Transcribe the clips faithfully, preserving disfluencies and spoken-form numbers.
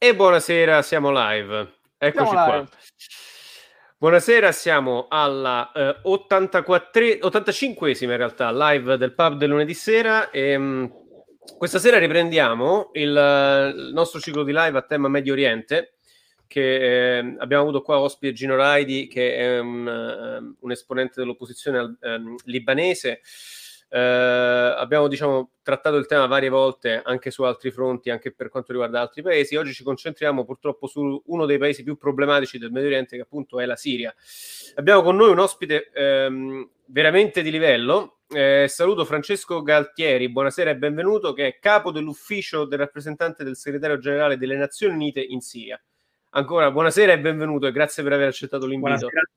E buonasera, siamo live. Eccoci Siamo qua. live. Buonasera, siamo alla eh, ottantaquattro, ottantacinquesima in realtà live del pub del lunedì sera. E, mh, questa sera riprendiamo il, il nostro ciclo di live a tema Medio Oriente. Che eh, abbiamo avuto qua ospite Gino Raidi, che è un, um, un esponente dell'opposizione um, libanese. Eh, abbiamo diciamo trattato il tema varie volte anche su altri fronti, anche per quanto riguarda altri paesi. Oggi ci concentriamo purtroppo su uno dei paesi più problematici del Medio Oriente, che appunto è la Siria. Abbiamo con noi un ospite ehm, veramente di livello. Eh, saluto Francesco Galtieri, buonasera e benvenuto, che è capo dell'ufficio del rappresentante del segretario generale delle Nazioni Unite in Siria. Ancora buonasera e benvenuto e grazie per aver accettato l'invito. Buonasera.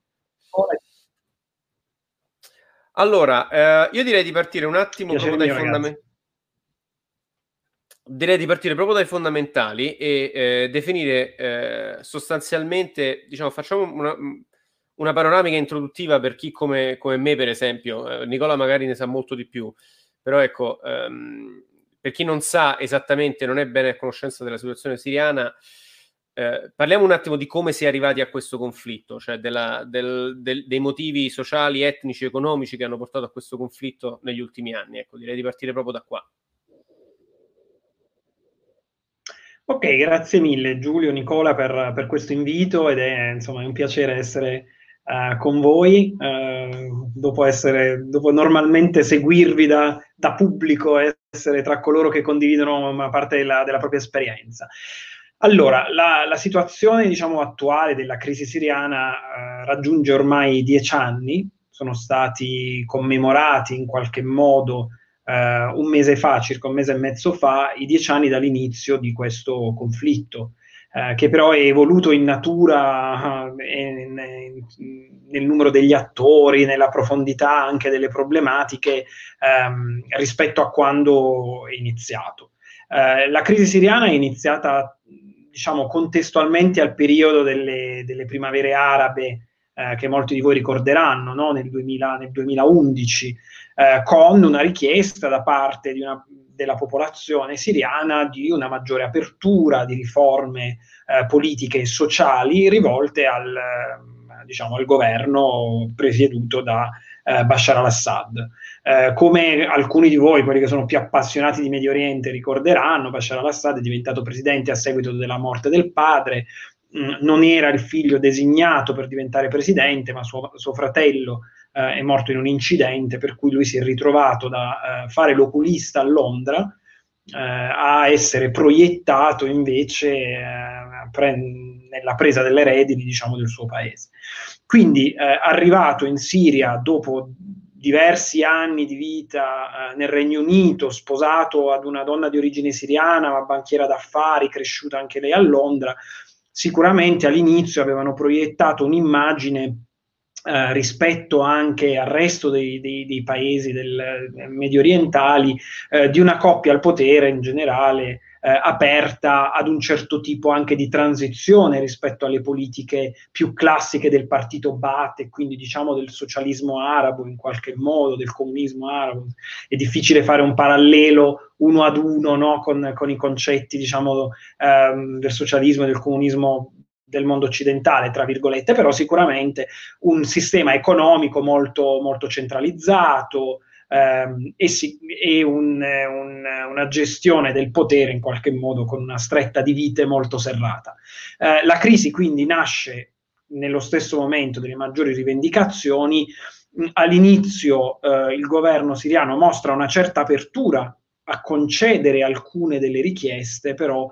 Allora, eh, io direi di partire un attimo Piacere proprio dai mio, fondamentali. Direi di partire proprio dai fondamentali e eh, definire eh, sostanzialmente, diciamo, facciamo una, una panoramica introduttiva per chi come, come me, per esempio. Eh, Nicola magari ne sa molto di più, però ecco, ehm, per chi non sa esattamente, non è bene a conoscenza della situazione siriana, eh, parliamo un attimo di come si è arrivati a questo conflitto, cioè della, del, del, dei motivi sociali, etnici, economici che hanno portato a questo conflitto negli ultimi anni. Ecco, direi di partire proprio da qua. Ok, grazie mille Giulio, Nicola per, per questo invito ed è insomma un piacere essere uh, con voi, uh, dopo, essere, dopo normalmente seguirvi da, da pubblico e essere tra coloro che condividono una parte della, della propria esperienza. Allora, la, la situazione diciamo, attuale della crisi siriana uh, raggiunge ormai dieci anni, sono stati commemorati in qualche modo Uh, un mese fa, circa un mese e mezzo fa, i dieci anni dall'inizio di questo conflitto, uh, che però è evoluto in natura, uh, in, in, nel numero degli attori, nella profondità anche delle problematiche um, rispetto a quando è iniziato. Uh, la crisi siriana è iniziata, diciamo, contestualmente al periodo delle, delle primavere arabe, eh, che molti di voi ricorderanno, no? nel, duemila, nel duemilaundici, eh, con una richiesta da parte di una, della popolazione siriana di una maggiore apertura, di riforme eh, politiche e sociali rivolte al, eh, diciamo, al governo presieduto da eh, Bashar al-Assad. Eh, come alcuni di voi, quelli che sono più appassionati di Medio Oriente, ricorderanno, Bashar al-Assad è diventato presidente a seguito della morte del padre. Non era il figlio designato per diventare presidente, ma suo, suo fratello eh, è morto in un incidente, per cui lui si è ritrovato da eh, fare l'oculista a Londra eh, a essere proiettato invece eh, pre- nella presa delle redini, diciamo, del suo paese. Quindi, eh, arrivato in Siria dopo diversi anni di vita eh, nel Regno Unito, sposato ad una donna di origine siriana, ma banchiera d'affari, cresciuta anche lei a Londra, sicuramente all'inizio avevano proiettato un'immagine eh, rispetto anche al resto dei, dei, dei paesi del, del medio orientali, eh, di una coppia al potere in generale eh, aperta ad un certo tipo anche di transizione rispetto alle politiche più classiche del partito Ba'ath, e quindi diciamo del socialismo arabo in qualche modo, del comunismo arabo. È difficile fare un parallelo uno ad uno, no? con, con i concetti diciamo ehm, del socialismo e del comunismo del mondo occidentale, tra virgolette, però sicuramente un sistema economico molto, molto centralizzato ehm, e, si, e un, un, una gestione del potere in qualche modo con una stretta di vite molto serrata. Eh, la crisi quindi nasce nello stesso momento delle maggiori rivendicazioni. All'inizio eh, il governo siriano mostra una certa apertura a concedere alcune delle richieste, però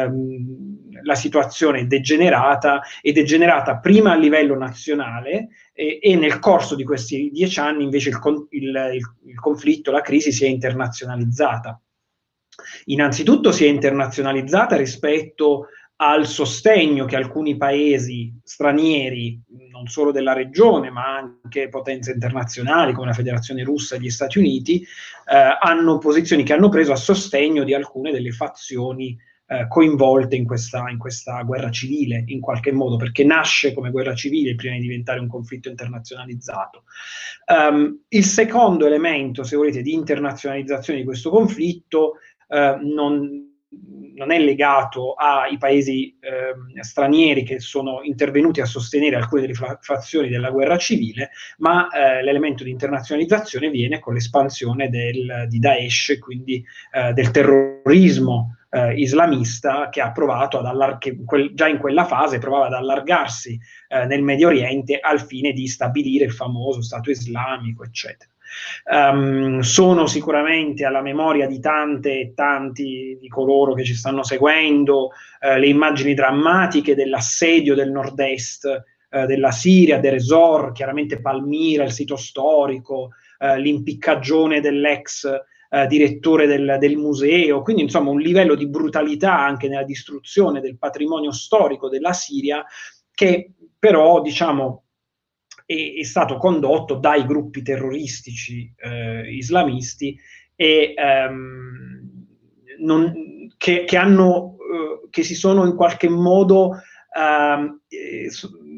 ehm, la situazione è degenerata, è degenerata prima a livello nazionale e, e nel corso di questi dieci anni invece il, il, il, il conflitto, la crisi si è internazionalizzata. Innanzitutto si è internazionalizzata rispetto al sostegno che alcuni paesi stranieri, non solo della regione, ma anche potenze internazionali come la Federazione Russa e gli Stati Uniti, eh, hanno posizioni che hanno preso a sostegno di alcune delle fazioni eh, coinvolte in questa, in questa guerra civile, in qualche modo, perché nasce come guerra civile prima di diventare un conflitto internazionalizzato. Um, il secondo elemento, se volete, di internazionalizzazione di questo conflitto eh, non non è legato ai paesi eh, stranieri che sono intervenuti a sostenere alcune delle fazioni della guerra civile, ma eh, l'elemento di internazionalizzazione viene con l'espansione del, di Daesh, quindi eh, del terrorismo eh, islamista, che ha provato ad allargare, quel, già in quella fase provava ad allargarsi eh, nel Medio Oriente al fine di stabilire il famoso Stato islamico, eccetera. Um, sono sicuramente alla memoria di tante e tanti di coloro che ci stanno seguendo eh, le immagini drammatiche dell'assedio del nord-est eh, della Siria, Deir ez-Zor, chiaramente Palmira, il sito storico, eh, l'impiccagione dell'ex eh, direttore del, del museo, quindi insomma un livello di brutalità anche nella distruzione del patrimonio storico della Siria, che però, diciamo, è, è stato condotto dai gruppi terroristici eh, islamisti e ehm, non, che, che hanno eh, che si sono in qualche modo ehm, eh,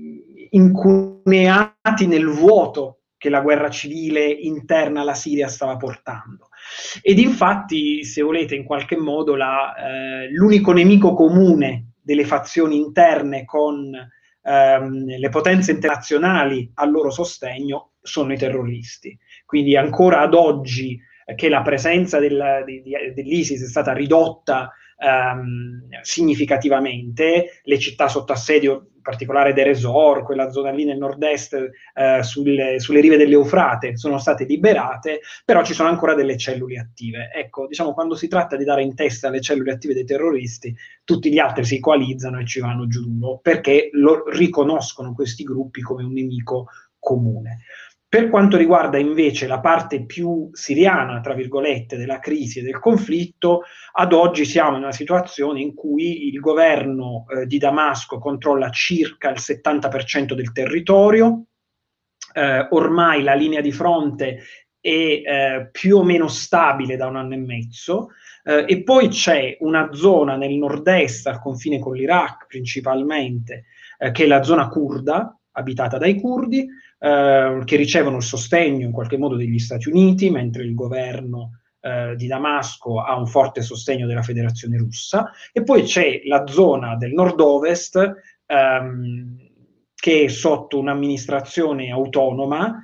incuneati nel vuoto che la guerra civile interna alla Siria stava portando. Ed infatti, se volete, in qualche modo la, eh, l'unico nemico comune delle fazioni interne con ehm, le potenze internazionali al loro sostegno sono i terroristi. Quindi ancora ad oggi eh, che la presenza del, di, di, dell'ISIS è stata ridotta ehm, significativamente, le città sotto assedio, in particolare Deir ez-Zor, quella zona lì nel nord-est, eh, sulle, sulle rive dell'Eufrate, sono state liberate, però ci sono ancora delle cellule attive. Ecco, diciamo, quando si tratta di dare in testa alle cellule attive dei terroristi, tutti gli altri si coalizzano e ci vanno giù, perché lo riconoscono questi gruppi come un nemico comune. Per quanto riguarda invece la parte più siriana, tra virgolette, della crisi e del conflitto, ad oggi siamo in una situazione in cui il governo eh, di Damasco controlla circa il settanta per cento del territorio, eh, ormai la linea di fronte è eh, più o meno stabile da un anno e mezzo, eh, e poi c'è una zona nel nord-est, al confine con l'Iraq principalmente, eh, che è la zona curda, abitata dai curdi, eh, che ricevono il sostegno in qualche modo degli Stati Uniti, mentre il governo eh, di Damasco ha un forte sostegno della Federazione Russa, e poi c'è la zona del nord-ovest ehm, che è sotto un'amministrazione autonoma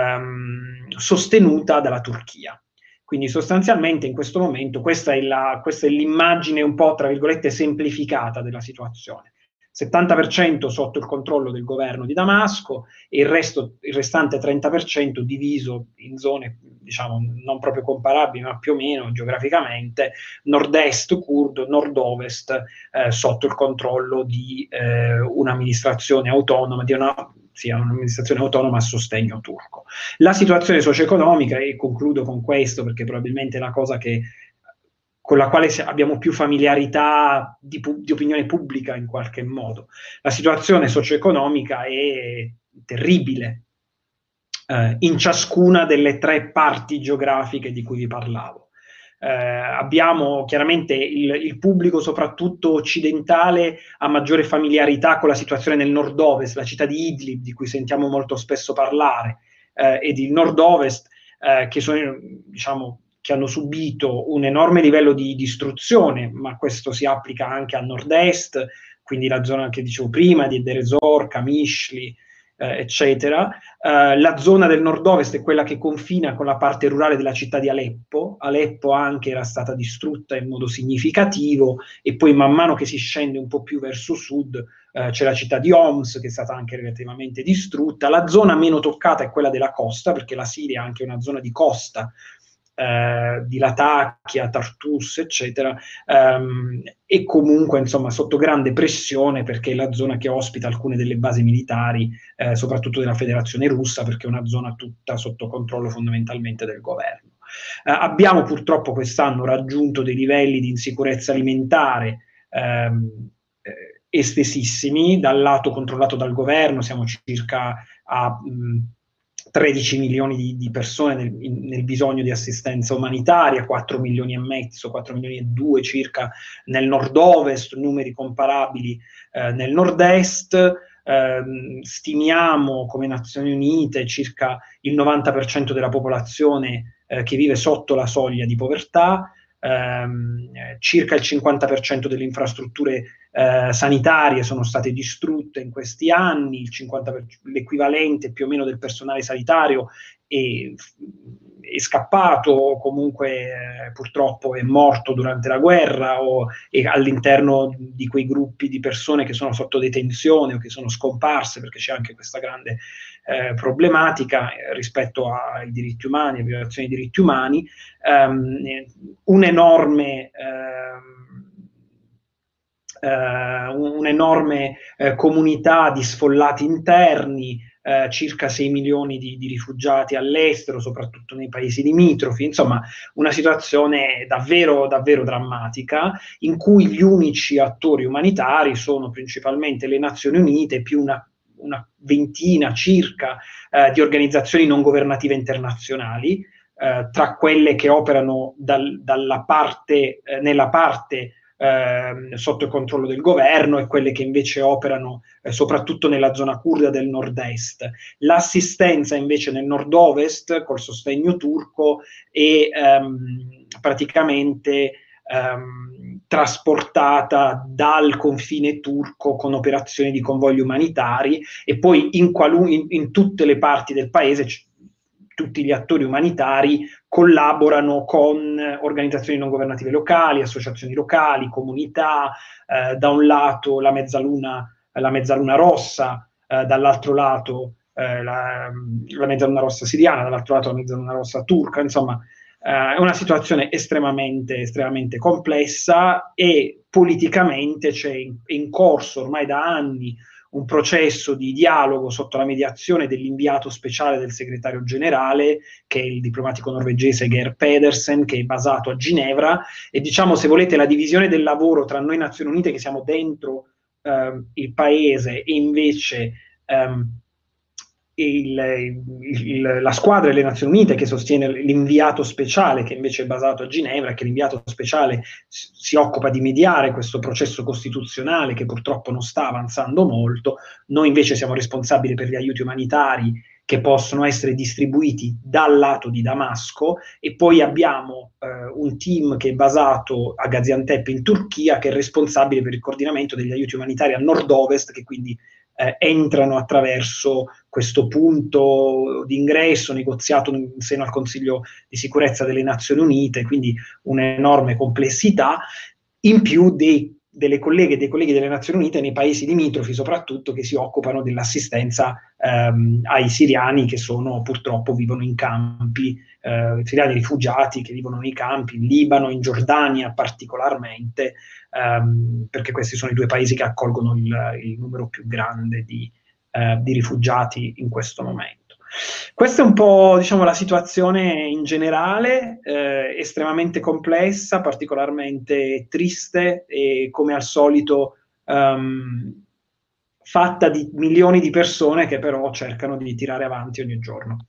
ehm, sostenuta dalla Turchia. Quindi sostanzialmente in questo momento questa è, la, questa è l'immagine un po', tra virgolette, semplificata della situazione. settanta per cento sotto il controllo del governo di Damasco e il, resto, il restante trenta per cento diviso in zone, diciamo, non proprio comparabili, ma più o meno geograficamente, nord-est curdo, nord-ovest eh, sotto il controllo di eh, un'amministrazione autonoma, di una, sì, un'amministrazione autonoma a sostegno turco. La situazione socio-economica, e concludo con questo perché probabilmente è la cosa che con la quale abbiamo più familiarità di, di opinione pubblica in qualche modo. La situazione socio-economica è terribile eh, in ciascuna delle tre parti geografiche di cui vi parlavo. Eh, abbiamo chiaramente il, il pubblico, soprattutto occidentale, ha maggiore familiarità con la situazione nel nord-ovest, la città di Idlib, di cui sentiamo molto spesso parlare, eh, ed il nord-ovest, eh, che sono, diciamo, che hanno subito un enorme livello di distruzione, ma questo si applica anche al nord-est, quindi la zona che dicevo prima di Deir ez-Zor, Kamishli, eh, eccetera. Eh, la zona del nord-ovest è quella che confina con la parte rurale della città di Aleppo. Aleppo anche era stata distrutta in modo significativo, e poi man mano che si scende un po' più verso sud eh, c'è la città di Homs che è stata anche relativamente distrutta. La zona meno toccata è quella della costa, perché la Siria è anche una zona di costa, Eh, di Latakia, Tartus, eccetera, ehm, e comunque insomma sotto grande pressione, perché è la zona che ospita alcune delle basi militari, eh, soprattutto della Federazione Russa, perché è una zona tutta sotto controllo fondamentalmente del governo. Eh, abbiamo purtroppo quest'anno raggiunto dei livelli di insicurezza alimentare ehm, eh, estesissimi. Dal lato controllato dal governo siamo circa a mh, tredici milioni di, di persone nel, in, nel bisogno di assistenza umanitaria, quattro milioni e mezzo, quattro milioni e due circa nel nord-ovest, numeri comparabili eh, nel nord-est. Eh, stimiamo come Nazioni Unite circa il novanta per cento della popolazione eh, che vive sotto la soglia di povertà. ehm, circa il cinquanta per cento delle infrastrutture eh, sanitarie sono state distrutte in questi anni, il cinquanta per cento, l'equivalente più o meno del personale sanitario è, è scappato o comunque eh, purtroppo è morto durante la guerra o è all'interno di quei gruppi di persone che sono sotto detenzione o che sono scomparse, perché c'è anche questa grande eh, problematica eh, rispetto ai diritti umani, a violazioni dei diritti umani, um, un enorme Uh, un'enorme uh, comunità di sfollati interni, uh, circa sei milioni di, di rifugiati all'estero, soprattutto nei paesi limitrofi, insomma una situazione davvero, davvero drammatica, in cui gli unici attori umanitari sono principalmente le Nazioni Unite più una, una ventina circa uh, di organizzazioni non governative internazionali, uh, tra quelle che operano dal, dalla parte, uh, nella parte Eh, sotto il controllo del governo e quelle che invece operano eh, soprattutto nella zona curda del nord-est. L'assistenza invece nel nord-ovest col sostegno turco è ehm, praticamente ehm, trasportata dal confine turco con operazioni di convogli umanitari e poi in, qualu- in, in tutte le parti del paese c- tutti gli attori umanitari collaborano con organizzazioni non governative locali, associazioni locali, comunità, eh, da un lato la Mezzaluna, la Mezzaluna Rossa, eh, dall'altro lato eh, la, la Mezzaluna Rossa siriana, dall'altro lato la Mezzaluna Rossa turca, insomma eh, è una situazione estremamente, estremamente complessa e politicamente c'è in, in corso ormai da anni un processo di dialogo sotto la mediazione dell'inviato speciale del segretario generale, che è il diplomatico norvegese Geir Pedersen, che è basato a Ginevra, e diciamo, se volete, la divisione del lavoro tra noi Nazioni Unite, che siamo dentro eh, il paese, e invece ehm, il, il, la squadra delle Nazioni Unite che sostiene l'inviato speciale, che invece è basato a Ginevra, che l'inviato speciale si, si occupa di mediare questo processo costituzionale che purtroppo non sta avanzando molto. Noi invece siamo responsabili per gli aiuti umanitari che possono essere distribuiti dal lato di Damasco, e poi abbiamo eh, un team che è basato a Gaziantep in Turchia, che è responsabile per il coordinamento degli aiuti umanitari a nord-ovest, che quindi eh, entrano attraverso questo punto di ingresso negoziato in seno al Consiglio di sicurezza delle Nazioni Unite, quindi un'enorme complessità, in più dei, delle colleghe e dei colleghi delle Nazioni Unite nei paesi limitrofi, soprattutto, che si occupano dell'assistenza ehm, ai siriani che sono purtroppo vivono in campi, eh, siriani rifugiati che vivono nei campi, in Libano, in Giordania particolarmente, ehm, perché questi sono i due paesi che accolgono il, il numero più grande di, eh, di rifugiati in questo momento. Questa è un po', diciamo, la situazione in generale, eh, estremamente complessa, particolarmente triste e, come al solito, um, fatta di milioni di persone che però cercano di tirare avanti ogni giorno.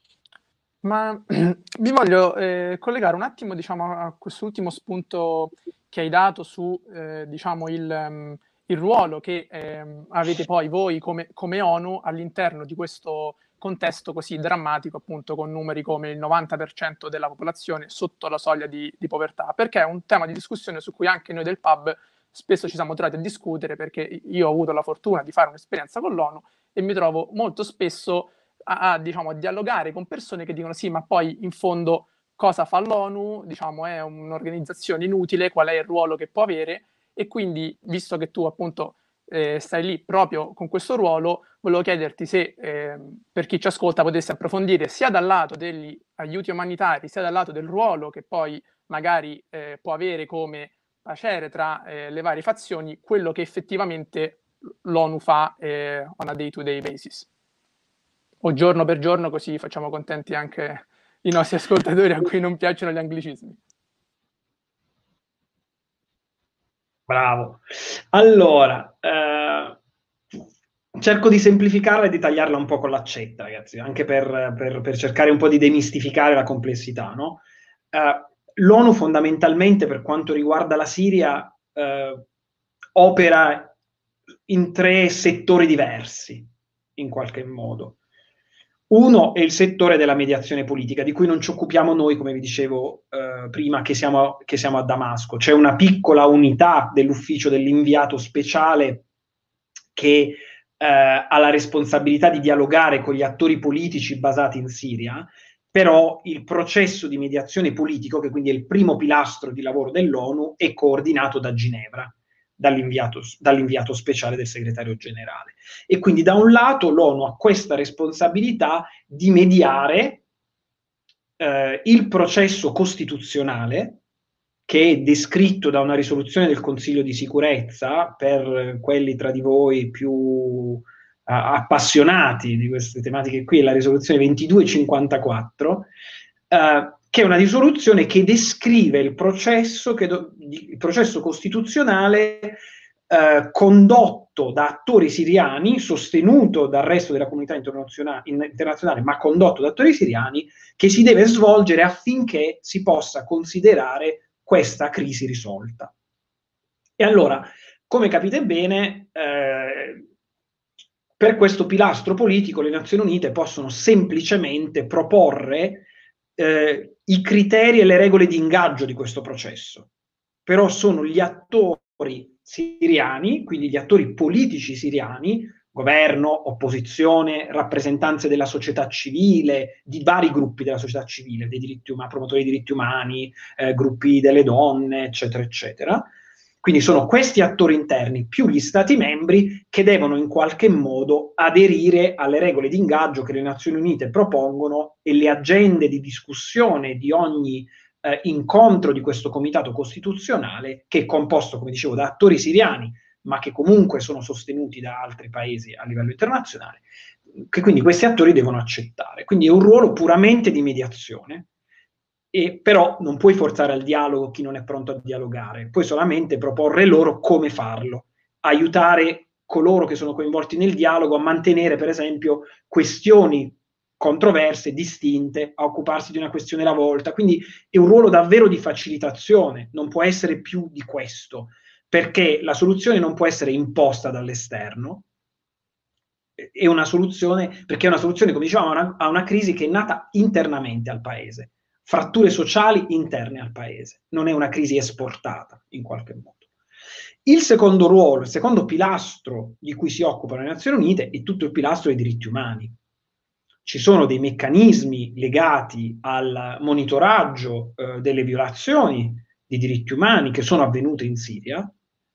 Ma vi voglio eh, collegare un attimo, diciamo, a quest'ultimo spunto che hai dato su, eh, diciamo, il, um, il ruolo che eh, avete poi voi come, come ONU all'interno di questo contesto così drammatico, appunto, con numeri come il novanta per cento della popolazione sotto la soglia di, di povertà, perché è un tema di discussione su cui anche noi del Pub spesso ci siamo trovati a discutere, perché io ho avuto la fortuna di fare un'esperienza con l'ONU e mi trovo molto spesso a, a, diciamo, a dialogare con persone che dicono sì, ma poi in fondo cosa fa l'ONU? Diciamo, è un'organizzazione inutile, qual è il ruolo che può avere? E quindi, visto che tu appunto eh, stai lì proprio con questo ruolo, volevo chiederti se eh, per chi ci ascolta potesse approfondire sia dal lato degli aiuti umanitari, sia dal lato del ruolo che poi magari eh, può avere come pacere tra eh, le varie fazioni, quello che effettivamente l'ONU fa eh, on a day-to-day basis, o giorno per giorno, così facciamo contenti anche i nostri ascoltatori a cui non piacciono gli anglicismi. Bravo. Allora, eh, cerco di semplificarla e di tagliarla un po' con l'accetta, ragazzi, anche per, per, per cercare un po' di demistificare la complessità, no? Eh, L'ONU fondamentalmente, per quanto riguarda la Siria, eh, opera in tre settori diversi, in qualche modo. Uno è il settore della mediazione politica, di cui non ci occupiamo noi, come vi dicevo eh, prima, che siamo, che siamo a Damasco. C'è una piccola unità dell'ufficio dell'inviato speciale che eh, ha la responsabilità di dialogare con gli attori politici basati in Siria, però il processo di mediazione politico, che quindi è il primo pilastro di lavoro dell'ONU, è coordinato da Ginevra, dall'inviato, dall'inviato speciale del segretario generale. E quindi da un lato l'ONU ha questa responsabilità di mediare eh, il processo costituzionale, che è descritto da una risoluzione del Consiglio di sicurezza, per quelli tra di voi più uh, appassionati di queste tematiche qui, è la risoluzione ventidue cinquantaquattro, uh, che è una risoluzione che descrive il processo, che do, il processo costituzionale uh, condotto da attori siriani, sostenuto dal resto della comunità internazionale, internazionale, ma condotto da attori siriani, che si deve svolgere affinché si possa considerare questa crisi risolta. E allora, come capite bene, eh, per questo pilastro politico le Nazioni Unite possono semplicemente proporre eh, i criteri e le regole di ingaggio di questo processo. Però sono gli attori siriani, quindi gli attori politici siriani, governo, opposizione, rappresentanze della società civile, di vari gruppi della società civile, dei diritti umani, promotori dei diritti umani, eh, gruppi delle donne, eccetera, eccetera. Quindi sono questi attori interni più gli Stati membri che devono in qualche modo aderire alle regole di ingaggio che le Nazioni Unite propongono, e le agende di discussione di ogni eh, incontro di questo comitato costituzionale, che è composto, come dicevo, da attori siriani, ma che comunque sono sostenuti da altri paesi a livello internazionale, che quindi questi attori devono accettare. Quindi è un ruolo puramente di mediazione, e però non puoi forzare al dialogo chi non è pronto a dialogare, puoi solamente proporre loro come farlo, aiutare coloro che sono coinvolti nel dialogo a mantenere, per esempio, questioni controverse, distinte, a occuparsi di una questione alla volta. Quindi è un ruolo davvero di facilitazione, non può essere più di questo, perché la soluzione non può essere imposta dall'esterno, è una soluzione, perché è una soluzione, come dicevamo, a una, a una crisi che è nata internamente al paese, fratture sociali interne al paese, non è una crisi esportata in qualche modo. Il secondo ruolo, il secondo pilastro di cui si occupano le Nazioni Unite è tutto il pilastro dei diritti umani. Ci sono dei meccanismi legati al monitoraggio eh, delle violazioni di diritti umani che sono avvenute in Siria,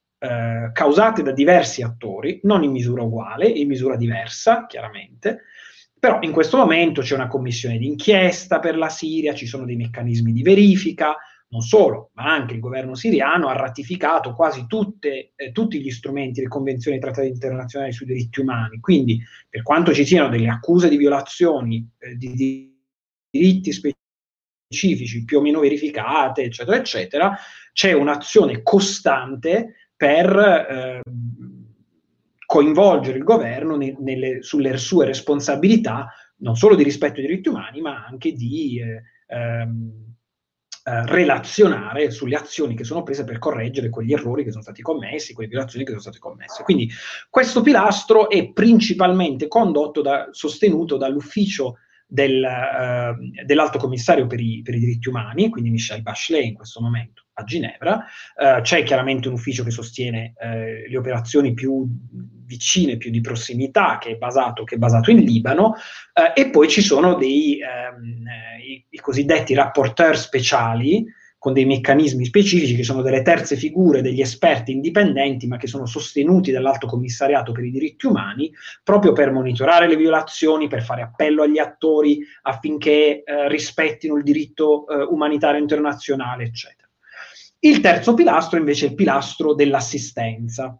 Eh, causate da diversi attori, non in misura uguale, in misura diversa, chiaramente, però in questo momento c'è una commissione d'inchiesta per la Siria, ci sono dei meccanismi di verifica, non solo, ma anche il governo siriano ha ratificato quasi tutte, eh, tutti gli strumenti, le convenzioni e i trattati internazionali sui diritti umani. Quindi, per quanto ci siano delle accuse di violazioni eh, di, di diritti specifici, più o meno verificate, eccetera, eccetera, c'è un'azione costante per eh, coinvolgere il governo ne, nelle, sulle sue responsabilità, non solo di rispetto ai diritti umani, ma anche di eh, ehm, eh, relazionare sulle azioni che sono prese per correggere quegli errori che sono stati commessi, quelle violazioni che sono state commesse. Quindi questo pilastro è principalmente condotto da, sostenuto dall'ufficio del, eh, dell'Alto Commissario per i, per i diritti umani, quindi Michelle Bachelet in questo momento a Ginevra. Eh, c'è chiaramente un ufficio che sostiene eh, le operazioni più vicine, più di prossimità, che è basato, che è basato in Libano, eh, e poi ci sono dei ehm, i, i cosiddetti rapporteur speciali, con dei meccanismi specifici, che sono delle terze figure, degli esperti indipendenti, ma che sono sostenuti dall'Alto Commissariato per i diritti umani, proprio per monitorare le violazioni, per fare appello agli attori affinché eh, rispettino il diritto eh, umanitario internazionale, eccetera. Il terzo pilastro invece è il pilastro dell'assistenza.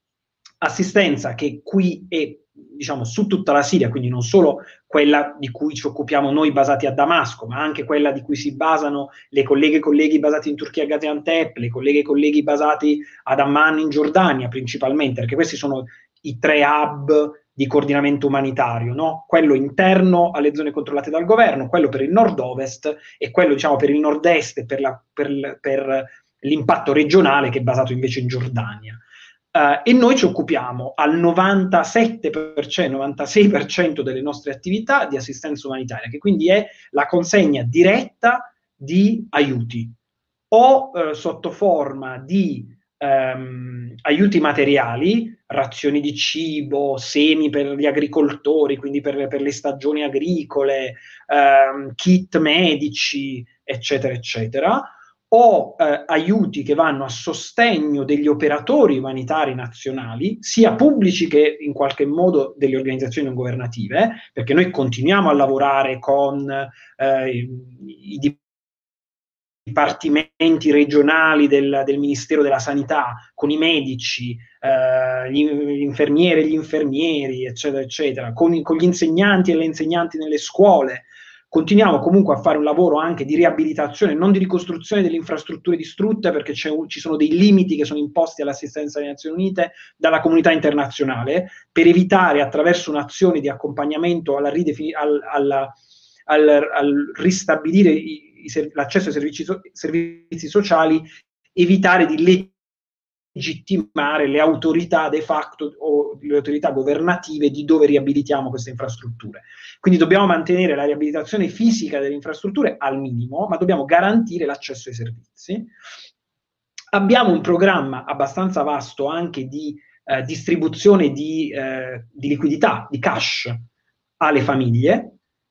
Assistenza che qui è, diciamo, su tutta la Siria, quindi non solo quella di cui ci occupiamo noi basati a Damasco, ma anche quella di cui si basano le colleghe e colleghi basati in Turchia a Gaziantep, le colleghe e colleghi basati ad Amman in Giordania principalmente, perché questi sono i tre hub di coordinamento umanitario, no? Quello interno alle zone controllate dal governo, quello per il nord-ovest e quello, diciamo, per il nord-est e per, la, per, per l'impatto regionale, che è basato invece in Giordania. Uh, e noi ci occupiamo al novantasette per cento, novantasei per cento delle nostre attività di assistenza umanitaria, che quindi è la consegna diretta di aiuti, o uh, sotto forma di um, aiuti materiali, razioni di cibo, semi per gli agricoltori, quindi per, per le stagioni agricole, um, kit medici, eccetera, eccetera, o eh, aiuti che vanno a sostegno degli operatori umanitari nazionali, sia pubblici che in qualche modo delle organizzazioni non governative, perché noi continuiamo a lavorare con eh, i, i dipartimenti regionali del, del Ministero della Sanità, con i medici, eh, gli, gli infermieri e gli infermieri, eccetera, eccetera, con, con gli insegnanti e le insegnanti nelle scuole. Continuiamo comunque a fare un lavoro anche di riabilitazione, non di ricostruzione delle infrastrutture distrutte, perché c'è, ci sono dei limiti che sono imposti all'assistenza delle Nazioni Unite dalla comunità internazionale, per evitare, attraverso un'azione di accompagnamento alla ridefini- al, alla, al, al ristabilire i, i, l'accesso ai servizi, servizi sociali, evitare di legittimare le autorità de facto o le autorità governative di dove riabilitiamo queste infrastrutture. Quindi dobbiamo mantenere la riabilitazione fisica delle infrastrutture al minimo, ma dobbiamo garantire l'accesso ai servizi. Abbiamo un programma abbastanza vasto anche di eh, distribuzione di, eh, di liquidità, di cash alle famiglie,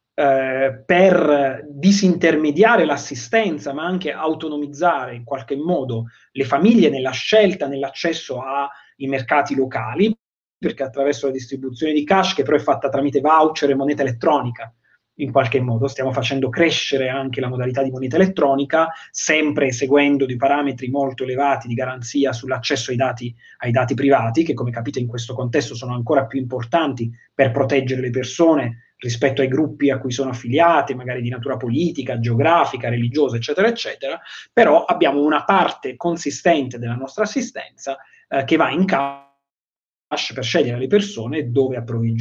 eh, per disintermediare l'assistenza, ma anche autonomizzare in qualche modo le famiglie nella scelta, nell'accesso ai mercati locali, perché attraverso la distribuzione di cash, che però è fatta tramite voucher e moneta elettronica, in qualche modo stiamo facendo crescere anche la modalità di moneta elettronica, sempre seguendo dei parametri molto elevati di garanzia sull'accesso ai dati, ai dati privati, che come capite in questo contesto sono ancora più importanti per proteggere le persone rispetto ai gruppi a cui sono affiliate, magari di natura politica, geografica, religiosa, eccetera, eccetera. Però abbiamo una parte consistente della nostra assistenza eh, che va in cash per scegliere le persone dove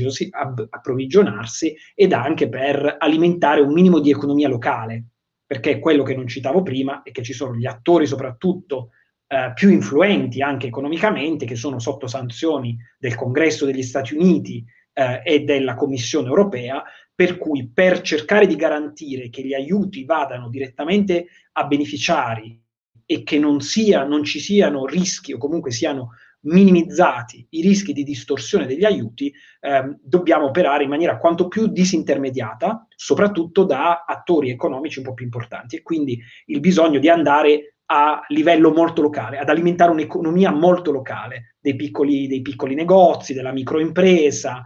approvvigionarsi ed anche per alimentare un minimo di economia locale, perché quello che non citavo prima è che ci sono gli attori soprattutto eh, più influenti anche economicamente, che sono sotto sanzioni del Congresso degli Stati Uniti eh, e della Commissione europea, per cui per cercare di garantire che gli aiuti vadano direttamente a beneficiari e che non, sia, non ci siano rischi o comunque siano minimizzati i rischi di distorsione degli aiuti, ehm, dobbiamo operare in maniera quanto più disintermediata, soprattutto da attori economici un po' più importanti, e quindi il bisogno di andare a livello molto locale, ad alimentare un'economia molto locale, dei piccoli, dei piccoli negozi, della microimpresa.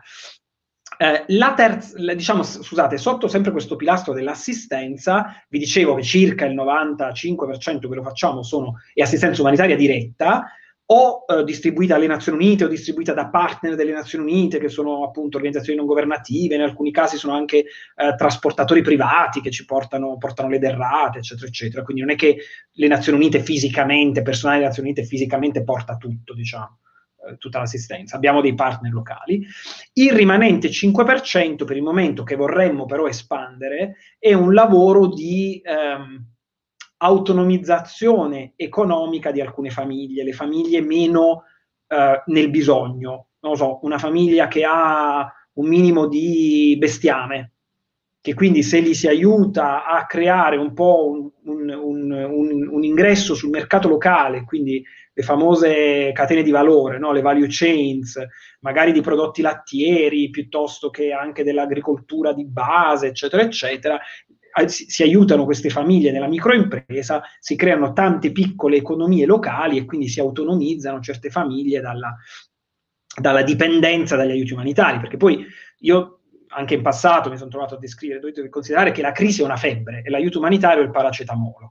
Eh, la terza, diciamo, scusate, sotto sempre questo pilastro dell'assistenza, vi dicevo che circa il novantacinque per cento che lo facciamo sono, è assistenza umanitaria diretta, o eh, distribuita alle Nazioni Unite o distribuita da partner delle Nazioni Unite, che sono appunto organizzazioni non governative, in alcuni casi sono anche eh, trasportatori privati che ci portano, portano le derrate, eccetera, eccetera. Quindi non è che le Nazioni Unite fisicamente, il personale delle Nazioni Unite fisicamente porta tutto, diciamo, eh, tutta l'assistenza. Abbiamo dei partner locali. Il rimanente cinque per cento per il momento, che vorremmo però espandere, è un lavoro di ehm, autonomizzazione economica di alcune famiglie, le famiglie meno eh, nel bisogno. Non lo so, una famiglia che ha un minimo di bestiame, che quindi se li si aiuta a creare un po' un, un, un, un, un ingresso sul mercato locale, quindi le famose catene di valore, no? Le value chains, magari di prodotti lattieri, piuttosto che anche dell'agricoltura di base, eccetera, eccetera, Si, si aiutano queste famiglie nella microimpresa, si creano tante piccole economie locali e quindi si autonomizzano certe famiglie dalla, dalla dipendenza dagli aiuti umanitari, perché poi io anche in passato mi sono trovato a descrivere, dovete considerare che la crisi è una febbre e l'aiuto umanitario è il paracetamolo.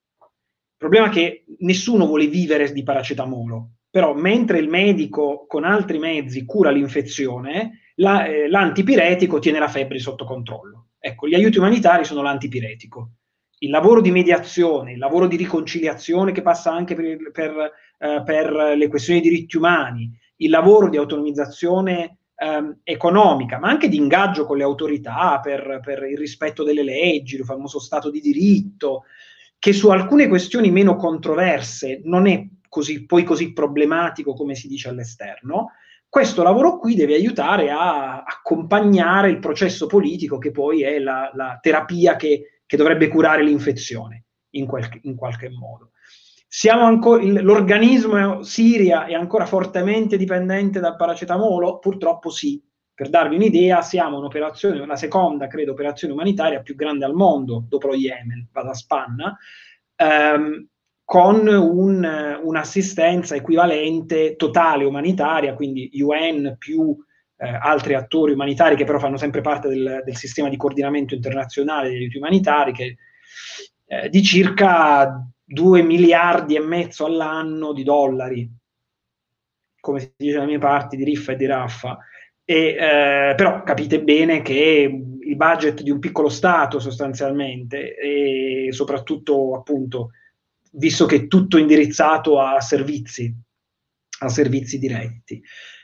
Il problema è che nessuno vuole vivere di paracetamolo, però mentre il medico con altri mezzi cura l'infezione, la, eh, l'antipiretico tiene la febbre sotto controllo. Ecco, gli aiuti umanitari sono l'antipiretico. Il lavoro di mediazione, il lavoro di riconciliazione che passa anche per, per, eh, per le questioni di diritti umani, il lavoro di autonomizzazione ehm, economica, ma anche di ingaggio con le autorità per, per il rispetto delle leggi, il famoso Stato di diritto, che su alcune questioni meno controverse non è così, poi così problematico come si dice all'esterno. Questo lavoro qui deve aiutare a accompagnare il processo politico, che poi è la, la terapia che, che dovrebbe curare l'infezione in, quel, in qualche modo. Siamo ancora, l'organismo Siria è ancora fortemente dipendente dal paracetamolo? Purtroppo sì. Per darvi un'idea, siamo un'operazione, la seconda, credo, operazione umanitaria più grande al mondo, dopo lo Yemen, vado a spanna, ehm, con un, un'assistenza equivalente totale umanitaria, quindi U N più eh, altri attori umanitari che però fanno sempre parte del, del sistema di coordinamento internazionale degli aiuti umanitari, che eh, di circa due miliardi e mezzo all'anno di dollari, come si dice dalle mie parti, di riffa e di raffa. E, eh, però capite bene che il budget di un piccolo Stato sostanzialmente, e soprattutto appunto visto che è tutto indirizzato a servizi, a servizi diretti.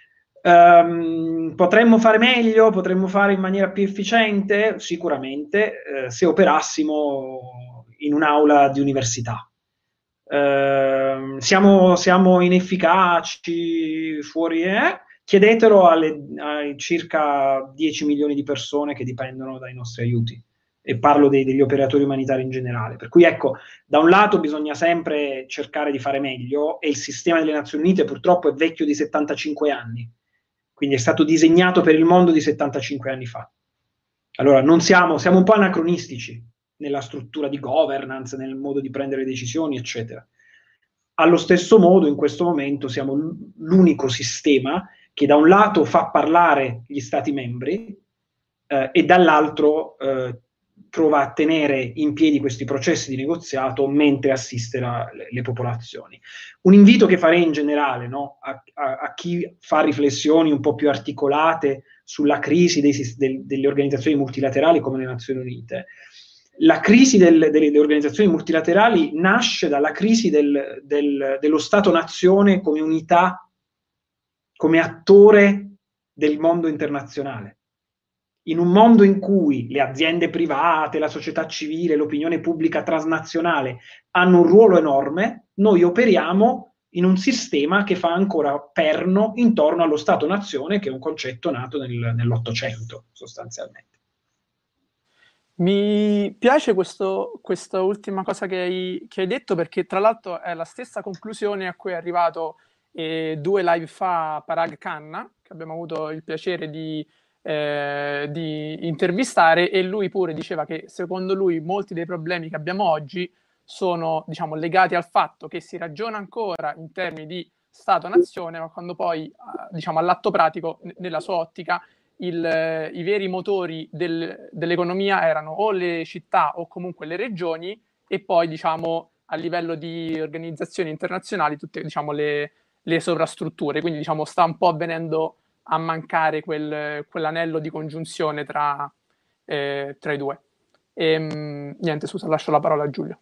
Um, potremmo fare meglio, potremmo fare in maniera più efficiente? Sicuramente, eh, se operassimo in un'aula di università. Uh, siamo, siamo inefficaci, fuori... Eh? Chiedetelo alle, ai circa dieci milioni di persone che dipendono dai nostri aiuti, e parlo dei, degli operatori umanitari in generale. Per cui ecco, da un lato bisogna sempre cercare di fare meglio, e il sistema delle Nazioni Unite purtroppo è vecchio di settantacinque anni, quindi è stato disegnato per il mondo di settantacinque anni fa. Allora non siamo, siamo un po' anacronistici nella struttura di governance, nel modo di prendere decisioni, eccetera. Allo stesso modo, in questo momento siamo l'unico sistema che da un lato fa parlare gli Stati membri eh, e dall'altro eh, prova a tenere in piedi questi processi di negoziato mentre assiste la, le, le popolazioni. Un invito che farei in generale, no, a, a, a chi fa riflessioni un po' più articolate sulla crisi dei, del, delle organizzazioni multilaterali come le Nazioni Unite. La crisi del, delle, delle organizzazioni multilaterali nasce dalla crisi del, del, dello Stato-nazione come unità, come attore del mondo internazionale. In un mondo in cui le aziende private, la società civile, l'opinione pubblica transnazionale hanno un ruolo enorme, noi operiamo in un sistema che fa ancora perno intorno allo Stato-nazione, che è un concetto nato nel, nell'Ottocento, sostanzialmente. Mi piace questo, questa ultima cosa che hai, che hai detto, perché tra l'altro è la stessa conclusione a cui è arrivato eh, due live fa Parag Khanna, che abbiamo avuto il piacere di, eh, di intervistare, e lui pure diceva che secondo lui molti dei problemi che abbiamo oggi sono, diciamo, legati al fatto che si ragiona ancora in termini di Stato-nazione, ma quando poi, diciamo, all'atto pratico, n- nella sua ottica, Il, i veri motori del, dell'economia erano o le città o comunque le regioni, e poi, diciamo, a livello di organizzazioni internazionali tutte, diciamo, le, le sovrastrutture. Quindi, diciamo, sta un po' avvenendo a mancare quel, quell'anello di congiunzione tra, eh, tra i due. E, mh, niente, scusa, lascio la parola a Giulio.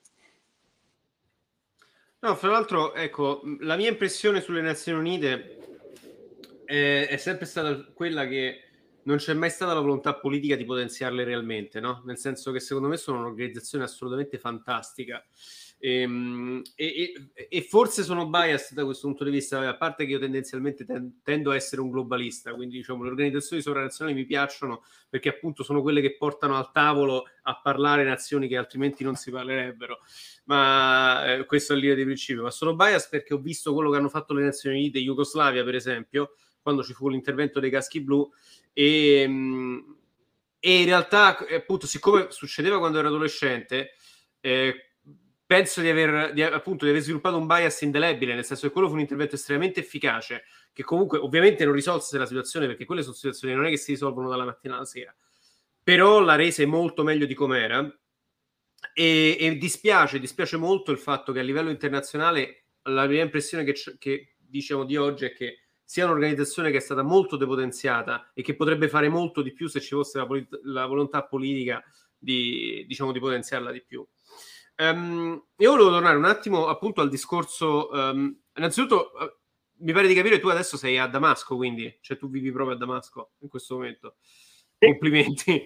No, fra l'altro, ecco, la mia impressione sulle Nazioni Unite è, è sempre stata quella che non c'è mai stata la volontà politica di potenziarle realmente, no? Nel senso che secondo me sono un'organizzazione assolutamente fantastica. E, e, e forse sono biased da questo punto di vista, a parte che io tendenzialmente ten, tendo a essere un globalista, quindi diciamo le organizzazioni sovranazionali mi piacciono perché appunto sono quelle che portano al tavolo a parlare nazioni che altrimenti non si parlerebbero, ma eh, questo è il linea di principio. Ma sono biased perché ho visto quello che hanno fatto le Nazioni Unite in Jugoslavia, per esempio, quando ci fu l'intervento dei caschi blu, e, e in realtà appunto, siccome succedeva quando ero adolescente, eh, penso di aver, di, appunto, di aver sviluppato un bias indelebile, nel senso che quello fu un intervento estremamente efficace, che comunque ovviamente non risolse la situazione, perché quelle sono situazioni non è che si risolvono dalla mattina alla sera, però la rese molto meglio di com'era. E, e dispiace, dispiace molto il fatto che a livello internazionale la mia impressione che, che diciamo di oggi è che sia un'organizzazione che è stata molto depotenziata e che potrebbe fare molto di più se ci fosse la, polit- la volontà politica di, diciamo, di potenziarla di più. Um, io volevo tornare un attimo appunto al discorso. Um, innanzitutto, uh, mi pare di capire tu adesso sei a Damasco, quindi cioè tu vivi proprio a Damasco in questo momento. Complimenti.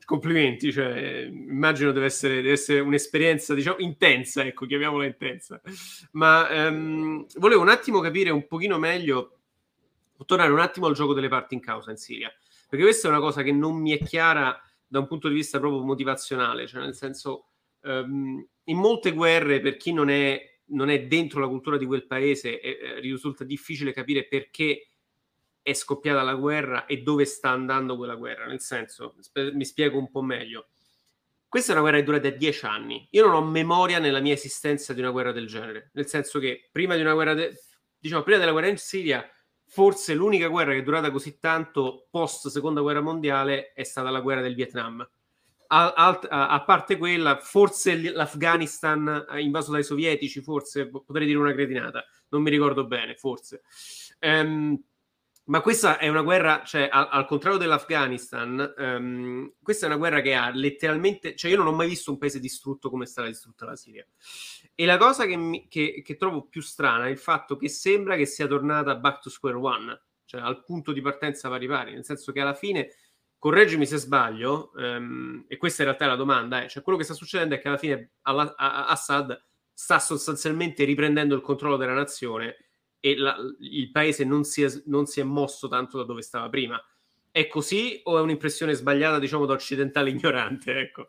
complimenti, cioè, immagino deve essere, deve essere un'esperienza, diciamo, intensa, ecco, chiamiamola intensa. Ma ehm, volevo un attimo capire un pochino meglio, tornare un attimo al gioco delle parti in causa in Siria, perché questa è una cosa che non mi è chiara da un punto di vista proprio motivazionale, cioè nel senso, ehm, in molte guerre, per chi non è, non è dentro la cultura di quel paese, eh, risulta difficile capire perché è scoppiata la guerra e dove sta andando quella guerra, nel senso, sp- mi spiego un po' meglio. Questa è una guerra che dura da dieci anni. Io non ho memoria nella mia esistenza di una guerra del genere, nel senso che prima di una guerra, de- diciamo, prima della guerra in Siria, forse l'unica guerra che è durata così tanto post seconda guerra mondiale è stata la guerra del Vietnam. A, a, a parte quella, forse l'Afghanistan invaso dai sovietici, forse potrei dire una cretinata, non mi ricordo bene, forse. Um, ma questa è una guerra, cioè al, al contrario dell'Afghanistan, um, questa è una guerra che ha letteralmente, cioè io non ho mai visto un paese distrutto come è stata distrutta la Siria. E la cosa che, mi, che, che trovo più strana è il fatto che sembra che sia tornata back to square one, cioè al punto di partenza pari pari, nel senso che alla fine, correggimi se sbaglio, um, e questa in realtà è la domanda, eh, cioè quello che sta succedendo è che alla fine alla, a, Assad sta sostanzialmente riprendendo il controllo della nazione e la, il paese non si, è, non si è mosso tanto da dove stava prima. È così o è un'impressione sbagliata, diciamo, da occidentale ignorante? Ecco.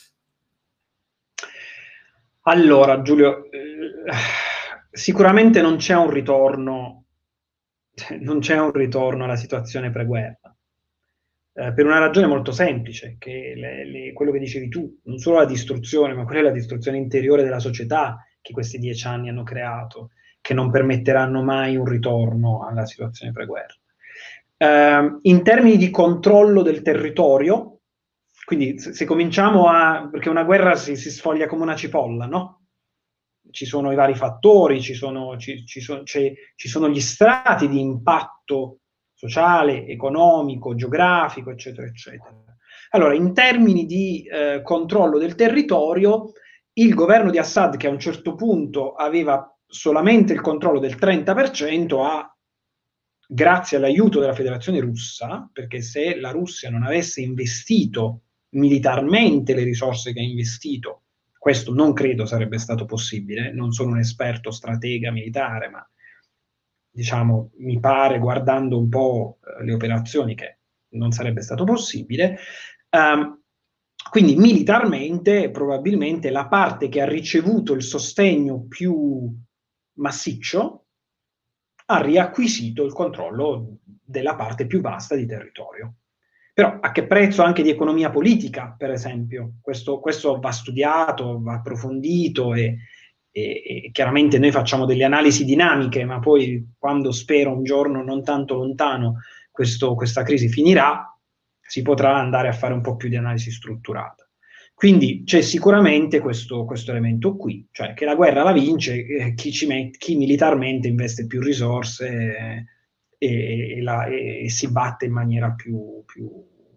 Allora, Giulio, eh, sicuramente non c'è un ritorno, non c'è un ritorno alla situazione pre-guerra. Eh, per una ragione molto semplice, che le, le, quello che dicevi tu, non solo la distruzione, ma quella è la distruzione interiore della società che questi dieci anni hanno creato, che non permetteranno mai un ritorno alla situazione pre-guerra. Eh, in termini di controllo del territorio, quindi se, se cominciamo a... perché una guerra si, si sfoglia come una cipolla, no? Ci sono i vari fattori, ci sono, ci, ci sono, ci sono gli strati di impatto sociale, economico, geografico, eccetera, eccetera. Allora, in termini di eh, controllo del territorio, il governo di Assad, che a un certo punto aveva solamente il controllo del trenta per cento, ha, grazie all'aiuto della Federazione Russa, perché se la Russia non avesse investito militarmente le risorse che ha investito, questo non credo sarebbe stato possibile, non sono un esperto stratega militare, ma diciamo, mi pare, guardando un po' eh, le operazioni, che non sarebbe stato possibile. Um, quindi militarmente, probabilmente, la parte che ha ricevuto il sostegno più massiccio ha riacquisito il controllo della parte più vasta di territorio. Però a che prezzo anche di economia politica, per esempio? Questo, questo va studiato, va approfondito e, e, e chiaramente noi facciamo delle analisi dinamiche, ma poi quando spero un giorno non tanto lontano questo, questa crisi finirà, si potrà andare a fare un po' più di analisi strutturata. Quindi c'è sicuramente questo, questo elemento qui, cioè che la guerra la vince eh, chi, ci met, chi militarmente investe più risorse eh, e, e, la, e, e si batte in maniera più, più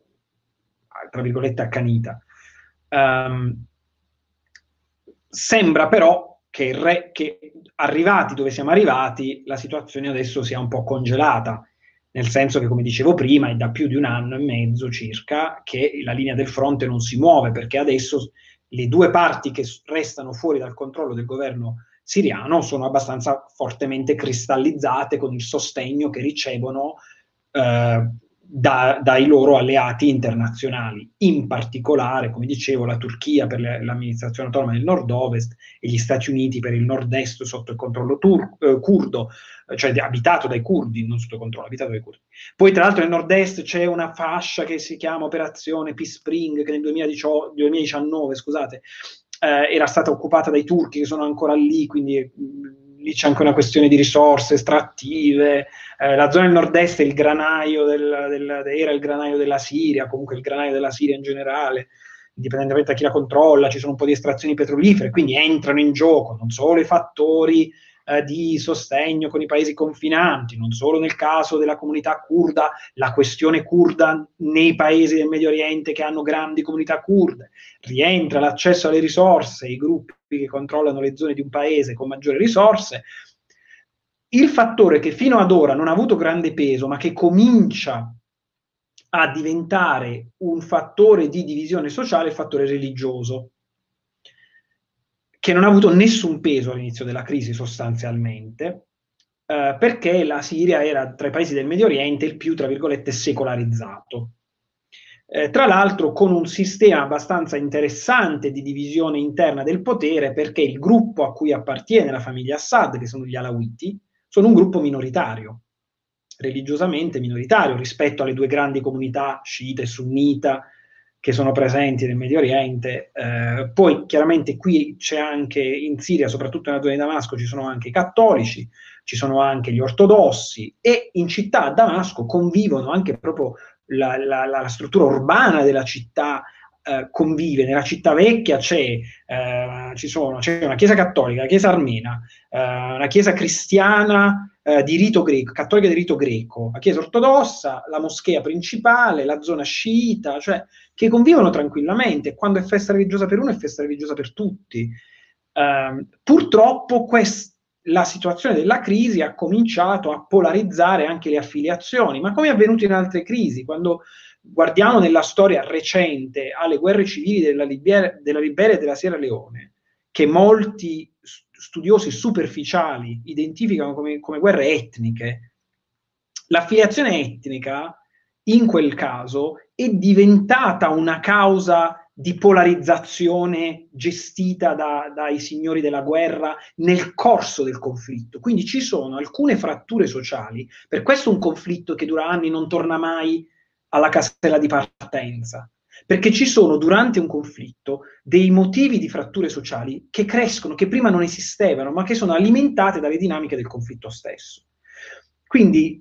tra virgolette, accanita. Um, sembra però che, il re, che arrivati dove siamo arrivati, la situazione adesso sia un po' congelata, nel senso che, come dicevo prima, è da più di un anno e mezzo circa che la linea del fronte non si muove, perché adesso le due parti che restano fuori dal controllo del governo siriano sono abbastanza fortemente cristallizzate con il sostegno che ricevono eh, da, dai loro alleati internazionali, in particolare, come dicevo, la Turchia per le, l'amministrazione autonoma del nord-ovest e gli Stati Uniti per il nord-est sotto il controllo tur- eh, curdo, cioè abitato dai curdi, non sotto controllo, abitato dai curdi. Poi tra l'altro nel nord-est c'è una fascia che si chiama Operazione Peace Spring, che nel duemiladiciannove, scusate, eh, era stata occupata dai turchi, che sono ancora lì, quindi mh, lì c'è anche una questione di risorse estrattive. Eh, la zona del nord-est è il granaio del, del, era il granaio della Siria, comunque il granaio della Siria in generale, indipendentemente da chi la controlla, ci sono un po' di estrazioni petrolifere, quindi entrano in gioco non solo i fattori eh, di sostegno con i paesi confinanti, non solo nel caso della comunità curda, la questione curda nei paesi del Medio Oriente che hanno grandi comunità kurde, rientra l'accesso alle risorse, i gruppi che controllano le zone di un paese con maggiori risorse. Il fattore che fino ad ora non ha avuto grande peso, ma che comincia a diventare un fattore di divisione sociale il fattore religioso, che non ha avuto nessun peso all'inizio della crisi sostanzialmente, eh, perché la Siria era tra i paesi del Medio Oriente il più, tra virgolette, secolarizzato. Eh, tra l'altro con un sistema abbastanza interessante di divisione interna del potere, perché il gruppo a cui appartiene la famiglia Assad, che sono gli Alawiti, sono un gruppo minoritario, religiosamente minoritario rispetto alle due grandi comunità sciita e sunnita che sono presenti nel Medio Oriente. Eh, poi chiaramente qui c'è anche in Siria, soprattutto nella zona di Damasco, ci sono anche i cattolici, ci sono anche gli ortodossi, e in città a Damasco convivono anche proprio la, la, la struttura urbana della città. Eh, convive, nella città vecchia c'è, eh, ci sono, c'è una chiesa cattolica, una chiesa armena, eh, una chiesa cristiana eh, di rito greco, cattolica di rito greco, la chiesa ortodossa, la moschea principale, la zona sciita, cioè che convivono tranquillamente. Quando è festa religiosa per uno è festa religiosa per tutti. Eh, purtroppo quest- la situazione della crisi ha cominciato a polarizzare anche le affiliazioni, ma come è avvenuto in altre crisi, quando guardiamo nella storia recente alle guerre civili della Liberia, della Liberia e della Sierra Leone, che molti studiosi superficiali identificano come, come guerre etniche, l'affiliazione etnica in quel caso è diventata una causa di polarizzazione gestita da, dai signori della guerra nel corso del conflitto. Quindi ci sono alcune fratture sociali, per questo un conflitto che dura anni non torna mai alla casella di partenza, perché ci sono durante un conflitto dei motivi di fratture sociali che crescono, che prima non esistevano, ma che sono alimentate dalle dinamiche del conflitto stesso. Quindi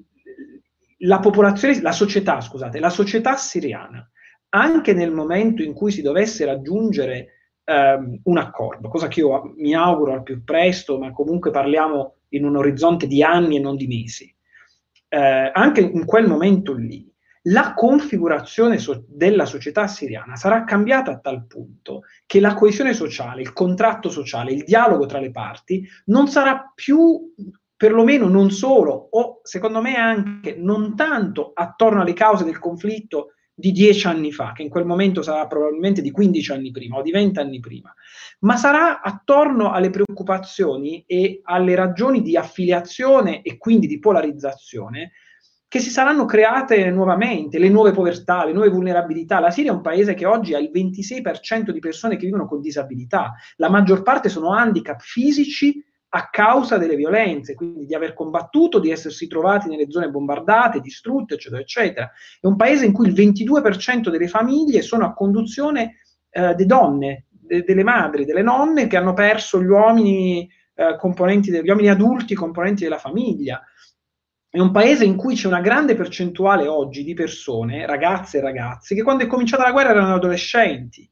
la popolazione, la società, scusate, la società siriana, anche nel momento in cui si dovesse raggiungere ehm, un accordo, cosa che io mi auguro al più presto, ma comunque parliamo in un orizzonte di anni e non di mesi, eh, anche in quel momento lì, la configurazione so- della società siriana sarà cambiata a tal punto che la coesione sociale, il contratto sociale, il dialogo tra le parti non sarà più, perlomeno non solo, o secondo me anche non tanto attorno alle cause del conflitto di dieci anni fa, che in quel momento sarà probabilmente di quindici anni prima o di venti anni prima, ma sarà attorno alle preoccupazioni e alle ragioni di affiliazione e quindi di polarizzazione che si saranno create nuovamente, le nuove povertà, le nuove vulnerabilità. La Siria è un paese che oggi ha il ventisei per cento di persone che vivono con disabilità, la maggior parte sono handicap fisici a causa delle violenze, quindi di aver combattuto, di essersi trovati nelle zone bombardate, distrutte, eccetera, eccetera. È un paese in cui il ventidue per cento delle famiglie sono a conduzione eh, di donne, de- delle madri, delle nonne che hanno perso gli uomini, eh, componenti de- gli uomini adulti, componenti della famiglia. È un paese in cui c'è una grande percentuale oggi di persone, ragazze e ragazzi, che quando è cominciata la guerra erano adolescenti.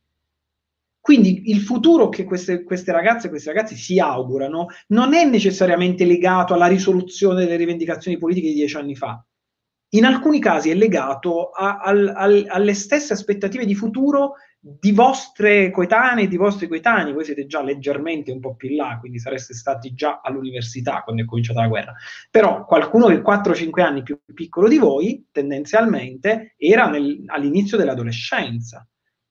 Quindi il futuro che queste, queste ragazze e questi ragazzi si augurano non è necessariamente legato alla risoluzione delle rivendicazioni politiche di dieci anni fa. In alcuni casi è legato a, al, al, alle stesse aspettative di futuro di vostre coetanee e di vostri coetanei. Voi siete già leggermente un po' più in là, quindi sareste stati già all'università quando è cominciata la guerra. Però qualcuno che quattro cinque anni più piccolo di voi, tendenzialmente, era nel, all'inizio dell'adolescenza.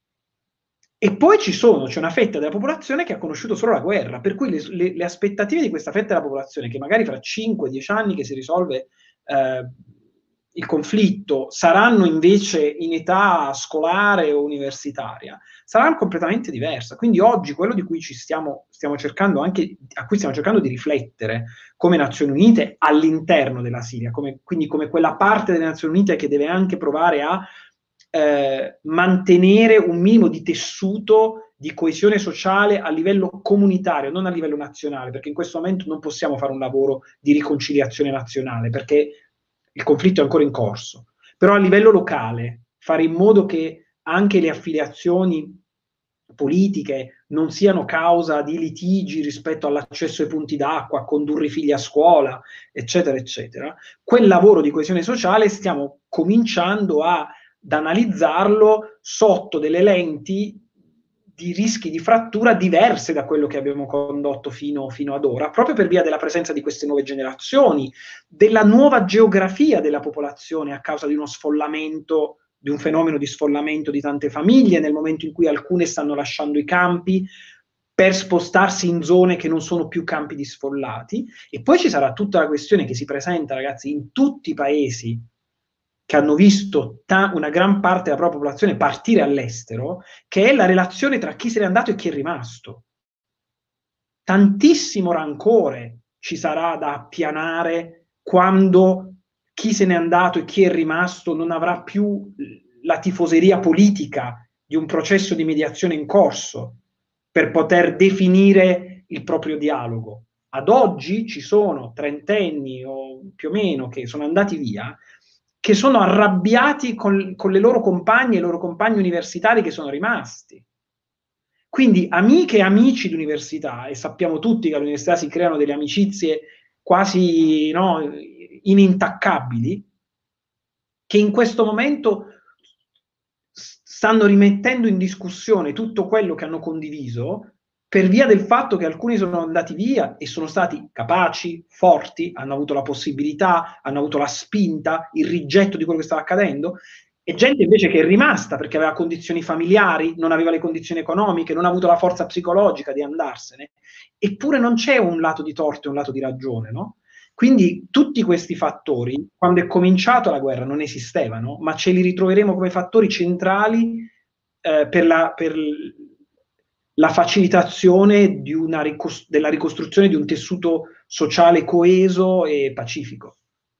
E poi ci sono, c'è una fetta della popolazione che ha conosciuto solo la guerra, per cui le, le, le aspettative di questa fetta della popolazione, che magari fra cinque dieci anni che si risolve eh, il conflitto, saranno invece in età scolare o universitaria, saranno completamente diverse. Quindi oggi quello di cui ci stiamo, stiamo cercando anche, a cui stiamo cercando di riflettere come Nazioni Unite all'interno della Siria, come, quindi come quella parte delle Nazioni Unite che deve anche provare a Eh, mantenere un minimo di tessuto di coesione sociale a livello comunitario, non a livello nazionale, perché in questo momento non possiamo fare un lavoro di riconciliazione nazionale, perché il conflitto è ancora in corso. Però a livello locale, fare in modo che anche le affiliazioni politiche non siano causa di litigi rispetto all'accesso ai punti d'acqua, a condurre i figli a scuola, eccetera, eccetera. Quel lavoro di coesione sociale stiamo cominciando a da analizzarlo sotto delle lenti di rischi di frattura diverse da quello che abbiamo condotto fino, fino ad ora, proprio per via della presenza di queste nuove generazioni, della nuova geografia della popolazione a causa di uno sfollamento di un fenomeno di sfollamento di tante famiglie, nel momento in cui alcune stanno lasciando i campi per spostarsi in zone che non sono più campi di sfollati. E poi ci sarà tutta la questione che si presenta, ragazzi, in tutti i paesi che hanno visto ta- una gran parte della propria popolazione partire all'estero, che è la relazione tra chi se n'è andato e chi è rimasto. Tantissimo rancore ci sarà da appianare quando chi se n'è andato e chi è rimasto non avrà più la tifoseria politica di un processo di mediazione in corso per poter definire il proprio dialogo. Ad oggi ci sono trentenni o più o meno che sono andati via, che sono arrabbiati con, con le loro compagne e i loro compagni universitari che sono rimasti. Quindi amiche e amici d'università, e sappiamo tutti che all'università si creano delle amicizie quasi, no, inintaccabili, che in questo momento stanno rimettendo in discussione tutto quello che hanno condiviso per via del fatto che alcuni sono andati via e sono stati capaci, forti, hanno avuto la possibilità, hanno avuto la spinta, il rigetto di quello che stava accadendo, e gente invece che è rimasta perché aveva condizioni familiari, non aveva le condizioni economiche, non ha avuto la forza psicologica di andarsene, eppure non c'è un lato di torto e un lato di ragione, no? Quindi tutti questi fattori, quando è cominciata la guerra, non esistevano, ma ce li ritroveremo come fattori centrali eh, per, la, per la facilitazione di una ricos- della ricostruzione di un tessuto sociale coeso e pacifico.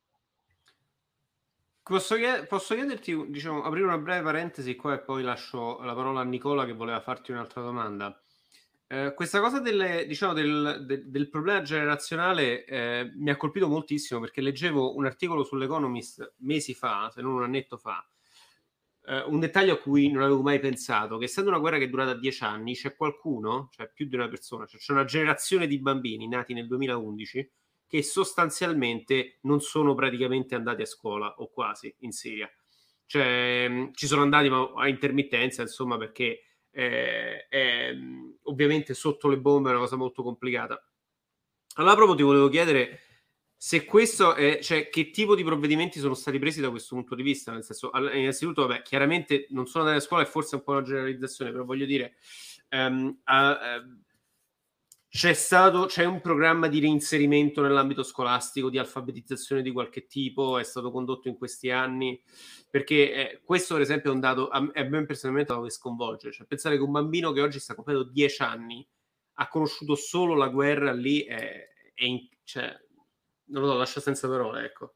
Posso, chied- posso chiederti, diciamo, aprire una breve parentesi qua e poi lascio la parola a Nicola che voleva farti un'altra domanda. Eh, questa cosa delle, diciamo, del, de, del problema generazionale eh, mi ha colpito moltissimo, perché leggevo un articolo sull'Economist mesi fa, se non un annetto fa, eh, un dettaglio a cui non avevo mai pensato, che essendo una guerra che è durata dieci anni, c'è qualcuno, cioè più di una persona, cioè c'è una generazione di bambini nati nel duemilaundici che sostanzialmente non sono praticamente andati a scuola, o quasi, in Siria. Cioè, mh, ci sono andati ma a intermittenza, insomma, perché Eh, eh, ovviamente sotto le bombe è una cosa molto complicata. Allora proprio ti volevo chiedere se questo è, cioè che tipo di provvedimenti sono stati presi da questo punto di vista, nel senso, innanzitutto, vabbè, chiaramente non sono andati a scuola e forse è un po' una generalizzazione, però voglio dire ehm, a, ehm, c'è stato, c'è un programma di reinserimento nell'ambito scolastico, di alfabetizzazione di qualche tipo, è stato condotto in questi anni? Perché eh, questo per esempio è un dato, a me personalmente è un dato che sconvolge, cioè pensare che un bambino che oggi sta compiendo dieci anni ha conosciuto solo la guerra lì, è, è in, cioè, non lo so, lascia senza parole, ecco.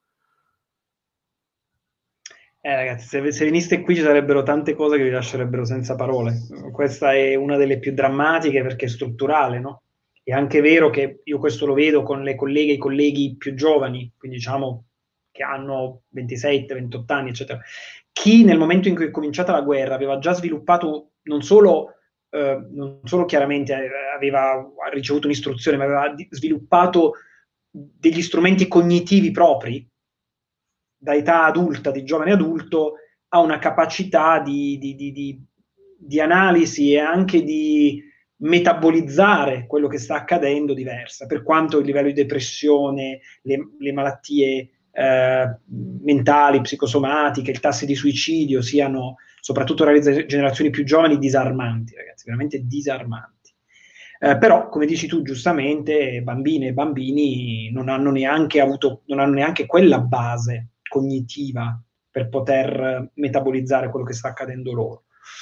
Eh ragazzi, se, se veniste qui ci sarebbero tante cose che vi lascerebbero senza parole. Questa è una delle più drammatiche perché è strutturale, no? È anche vero che io questo lo vedo con le colleghe e i colleghi più giovani, quindi diciamo che hanno ventisette, ventotto anni, eccetera. Chi nel momento in cui è cominciata la guerra aveva già sviluppato non solo, eh, non solo chiaramente aveva ricevuto un'istruzione, ma aveva sviluppato degli strumenti cognitivi propri, da età adulta, di giovane adulto, ha una capacità di, di, di, di, di analisi e anche di metabolizzare quello che sta accadendo diversa, per quanto il livello di depressione, le, le malattie eh, mentali, psicosomatiche, il tasso di suicidio siano, soprattutto tra le generazioni più giovani, disarmanti, ragazzi, veramente disarmanti. Eh, però, come dici tu giustamente, bambine e bambini non hanno neanche avuto, non hanno neanche quella base cognitiva per poter metabolizzare quello che sta accadendo loro.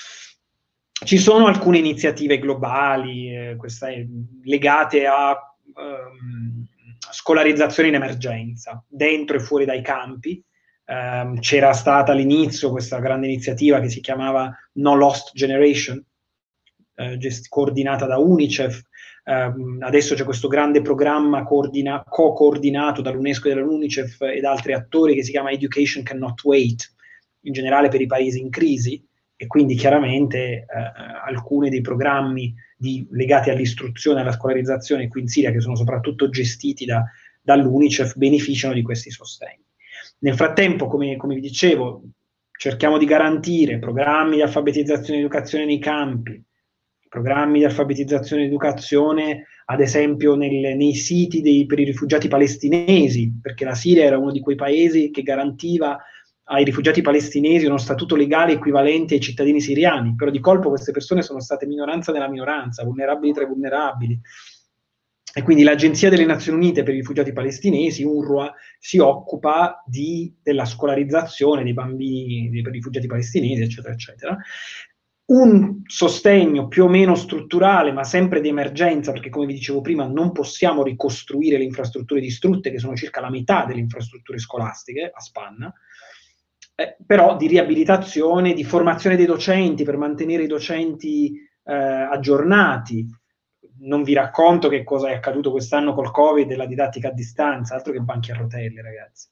Ci sono alcune iniziative globali, eh, queste, legate a ehm, scolarizzazione in emergenza, dentro e fuori dai campi. Um, c'era stata all'inizio questa grande iniziativa che si chiamava No Lost Generation, eh, gest- coordinata da UNICEF. Um, adesso c'è questo grande programma coordina- co-coordinato dall'UNESCO e dall'UNICEF e da altri attori che si chiama Education Cannot Wait, in generale per i paesi in crisi, e quindi chiaramente eh, alcuni dei programmi di, legati all'istruzione e alla scolarizzazione qui in Siria, che sono soprattutto gestiti da, dall'UNICEF, beneficiano di questi sostegni. Nel frattempo, come, come vi dicevo, cerchiamo di garantire programmi di alfabetizzazione e educazione nei campi, programmi di alfabetizzazione e educazione, ad esempio nel, nei siti dei, per i rifugiati palestinesi, perché la Siria era uno di quei paesi che garantiva ai rifugiati palestinesi uno statuto legale equivalente ai cittadini siriani, però di colpo queste persone sono state minoranza nella minoranza, vulnerabili tra i vulnerabili. E quindi l'Agenzia delle Nazioni Unite per i rifugiati palestinesi, UNRWA, si occupa di, della scolarizzazione dei bambini dei rifugiati palestinesi, eccetera, eccetera. Un sostegno più o meno strutturale, ma sempre di emergenza, perché come vi dicevo prima non possiamo ricostruire le infrastrutture distrutte, che sono circa la metà delle infrastrutture scolastiche a spanna, eh, però di riabilitazione, di formazione dei docenti per mantenere i docenti eh, aggiornati. Non vi racconto che cosa è accaduto quest'anno col Covid e la didattica a distanza, altro che banchi a rotelle, ragazzi.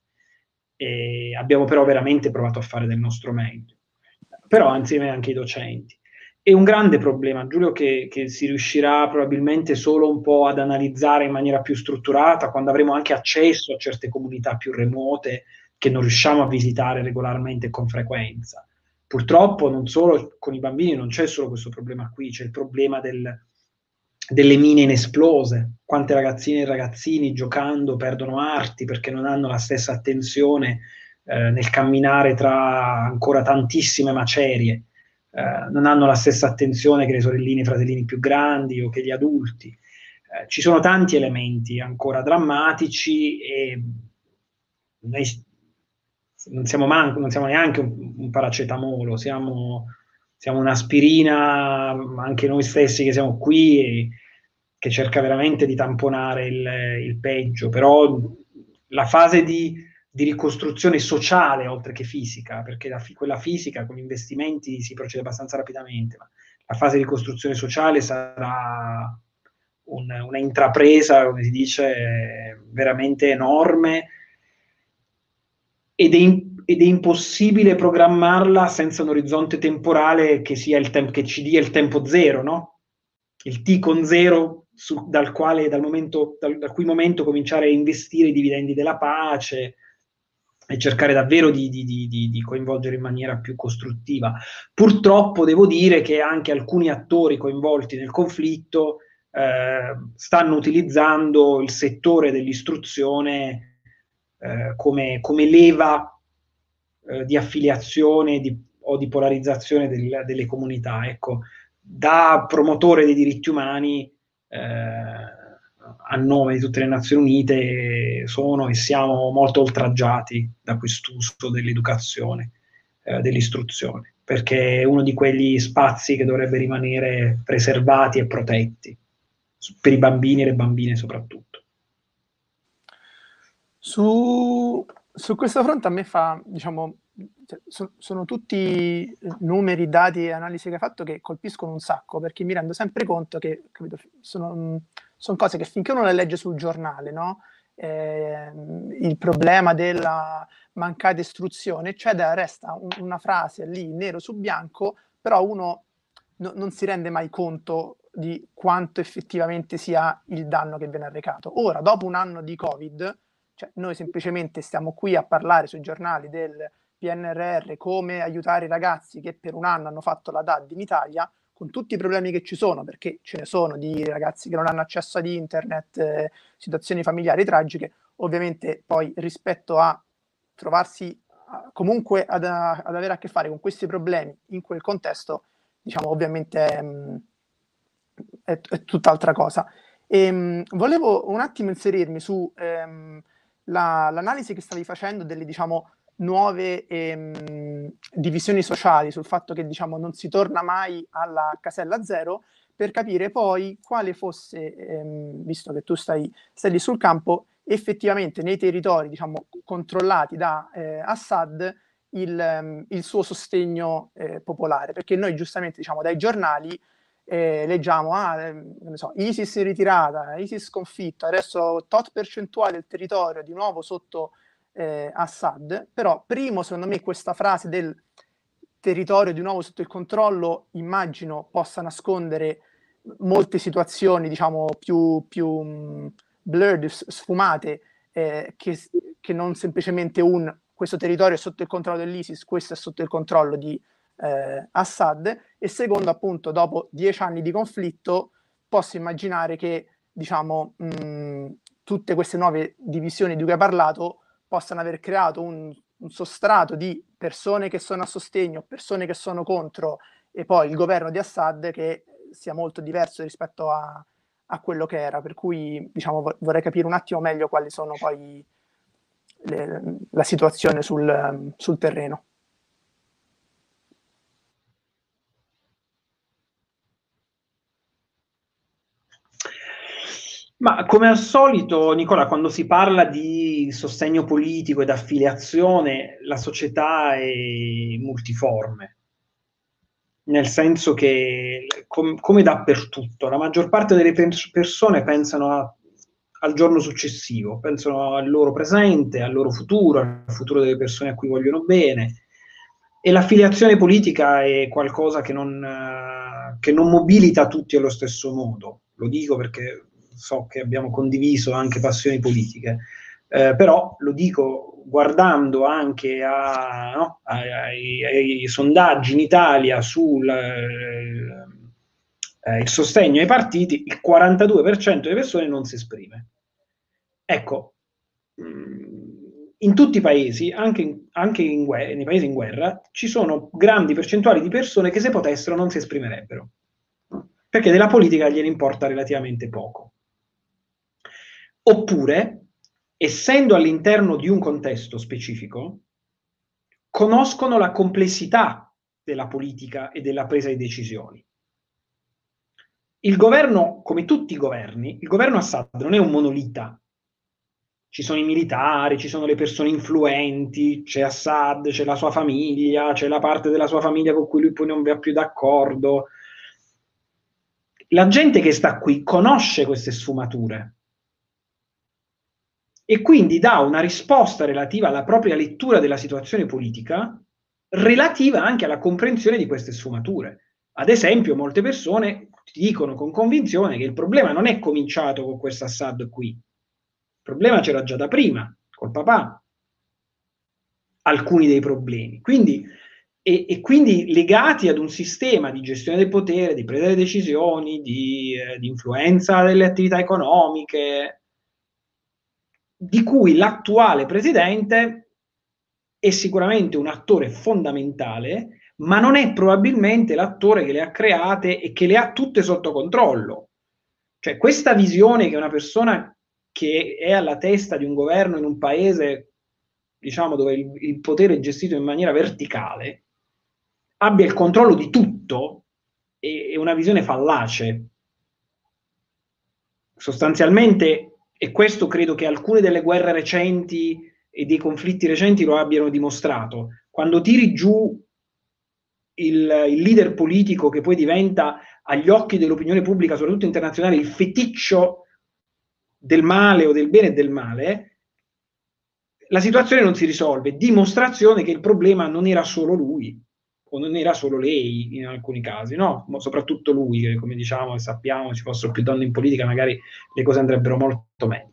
E abbiamo però veramente provato a fare del nostro meglio, però insieme anche i docenti. È un grande problema, Giulio, che, che si riuscirà probabilmente solo un po' ad analizzare in maniera più strutturata, quando avremo anche accesso a certe comunità più remote che non riusciamo a visitare regolarmente e con frequenza. Purtroppo non solo con i bambini non c'è solo questo problema qui, c'è il problema del, delle mine inesplose. Quante ragazzine e ragazzini giocando perdono arti perché non hanno la stessa attenzione eh, nel camminare tra ancora tantissime macerie, eh, non hanno la stessa attenzione che le sorelline e i fratellini più grandi o che gli adulti. Eh, ci sono tanti elementi ancora drammatici e noi non siamo, man- non siamo neanche un, un paracetamolo, siamo, siamo un'aspirina, anche noi stessi che siamo qui, e, che cerca veramente di tamponare il, il peggio, però la fase di, di ricostruzione sociale, oltre che fisica, perché la, quella fisica con investimenti si procede abbastanza rapidamente, ma la fase di ricostruzione sociale sarà un, una intrapresa, come si dice, veramente enorme, ed è, in, ed è impossibile programmarla senza un orizzonte temporale che, sia il tem- che ci dia il tempo zero, no? Il T con zero, su, dal, quale, dal, momento, dal, da cui momento cominciare a investire i dividendi della pace e cercare davvero di, di, di, di coinvolgere in maniera più costruttiva. Purtroppo devo dire che anche alcuni attori coinvolti nel conflitto eh, stanno utilizzando il settore dell'istruzione Eh, come, come leva eh, di affiliazione di, o di polarizzazione del, delle comunità. Ecco, da promotore dei diritti umani, eh, a nome di tutte le Nazioni Unite, sono e siamo molto oltraggiati da quest'uso dell'educazione, eh, dell'istruzione, perché è uno di quegli spazi che dovrebbe rimanere preservati e protetti, per i bambini e le bambine soprattutto. Su, su questo fronte a me fa, diciamo, cioè, so, sono tutti numeri, dati e analisi che hai fatto che colpiscono un sacco, perché mi rendo sempre conto che, capito, sono, sono cose che finché uno le legge sul giornale, no? Eh, il problema della mancata istruzione, eccetera, resta un, una frase lì nero su bianco, però uno no, non si rende mai conto di quanto effettivamente sia il danno che viene arrecato. Ora, dopo un anno di Covid, cioè, noi semplicemente stiamo qui a parlare sui giornali del P N R R, come aiutare i ragazzi che per un anno hanno fatto la D A D in Italia, con tutti i problemi che ci sono, perché ce ne sono di ragazzi che non hanno accesso ad internet, eh, situazioni familiari tragiche. Ovviamente poi rispetto a trovarsi a, comunque ad, a, ad avere a che fare con questi problemi in quel contesto, diciamo, ovviamente è, è, è tutt'altra cosa. E, mh, volevo un attimo inserirmi su ehm, la, l'analisi che stavi facendo delle, diciamo, nuove ehm, divisioni sociali, sul fatto che, diciamo, non si torna mai alla casella zero, per capire poi quale fosse, ehm, visto che tu stai, stai lì sul campo, effettivamente nei territori, diciamo, controllati da eh, Assad, il, um, il suo sostegno eh, popolare, perché noi giustamente, diciamo, dai giornali eh, leggiamo, ah, eh, ne so, ISIS in ritirata, ISIS sconfitto, adesso tot percentuale del territorio di nuovo sotto eh, Assad, però primo, secondo me, questa frase del territorio di nuovo sotto il controllo, immagino possa nascondere molte situazioni, diciamo, più, più mh, blurred, sfumate, eh, che, che non semplicemente un questo territorio è sotto il controllo dell'ISIS, questo è sotto il controllo di eh, Assad, e secondo, appunto, dopo dieci anni di conflitto, posso immaginare che, diciamo, mh, tutte queste nuove divisioni di cui hai parlato possano aver creato un, un sostrato di persone che sono a sostegno, persone che sono contro, e poi il governo di Assad che sia molto diverso rispetto a, a quello che era. Per cui, diciamo, vorrei capire un attimo meglio quali sono poi le, la situazione sul, sul terreno. Ma come al solito, Nicola, quando si parla di sostegno politico ed affiliazione, la società è multiforme, nel senso che, com- come dappertutto, la maggior parte delle pers- persone pensano a- al giorno successivo, pensano al loro presente, al loro futuro, al futuro delle persone a cui vogliono bene, e l'affiliazione politica è qualcosa che non, eh, che non mobilita tutti allo stesso modo. Lo dico perché so che abbiamo condiviso anche passioni politiche, eh, però lo dico guardando anche a, no, ai, ai, ai sondaggi in Italia sul eh, eh, il sostegno ai partiti, il quarantadue per cento delle persone non si esprime. Ecco, in tutti i paesi, anche, in, anche in guerra, nei paesi in guerra, ci sono grandi percentuali di persone che se potessero non si esprimerebbero, perché della politica gliene importa relativamente poco. Oppure, essendo all'interno di un contesto specifico, conoscono la complessità della politica e della presa di decisioni. Il governo, come tutti i governi, il governo Assad non è un monolita. Ci sono i militari, ci sono le persone influenti, c'è Assad, c'è la sua famiglia, c'è la parte della sua famiglia con cui lui poi non va più d'accordo. La gente che sta qui conosce queste sfumature e quindi dà una risposta relativa alla propria lettura della situazione politica, relativa anche alla comprensione di queste sfumature. Ad esempio, molte persone ti dicono con convinzione che il problema non è cominciato con questo Assad qui. Il problema c'era già da prima, col papà, alcuni dei problemi. Quindi, e, e quindi legati ad un sistema di gestione del potere, di prendere decisioni, di, eh, di influenza delle attività economiche, di cui l'attuale presidente è sicuramente un attore fondamentale, ma non è probabilmente l'attore che le ha create e che le ha tutte sotto controllo. Cioè, questa visione che una persona che è alla testa di un governo in un paese, diciamo, dove il, il potere è gestito in maniera verticale, abbia il controllo di tutto, è, è una visione fallace. Sostanzialmente, e questo credo che alcune delle guerre recenti e dei conflitti recenti lo abbiano dimostrato, quando tiri giù il, il leader politico che poi diventa agli occhi dell'opinione pubblica, soprattutto internazionale, il feticcio del male o del bene e del male, la situazione non si risolve, dimostrazione che il problema non era solo lui o non era solo lei in alcuni casi, no? Soprattutto lui, che come diciamo e sappiamo ci fossero più donne in politica, magari le cose andrebbero molto meglio.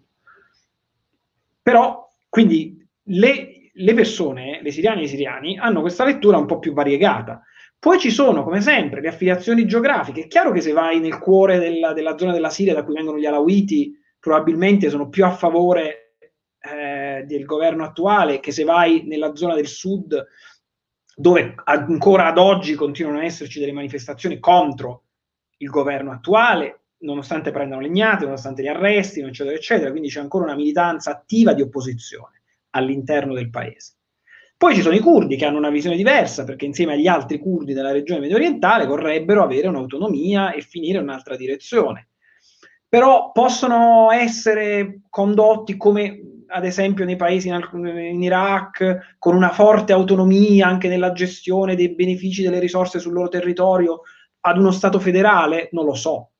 Però, quindi, le, le persone, le siriane e i siriani, hanno questa lettura un po' più variegata. Poi ci sono, come sempre, le affiliazioni geografiche. È chiaro che se vai nel cuore della, della zona della Siria da cui vengono gli alawiti, probabilmente sono più a favore eh, del governo attuale che se vai nella zona del sud, dove ancora ad oggi continuano a esserci delle manifestazioni contro il governo attuale, nonostante prendano legnate, nonostante gli arresti, eccetera, eccetera. Quindi c'è ancora una militanza attiva di opposizione all'interno del paese. Poi ci sono i curdi che hanno una visione diversa, perché insieme agli altri curdi della regione medio orientale vorrebbero avere un'autonomia e finire in un'altra direzione. Però possono essere condotti come ad esempio nei paesi in, in Iraq, con una forte autonomia anche nella gestione dei benefici delle risorse sul loro territorio, ad uno Stato federale? Non lo so.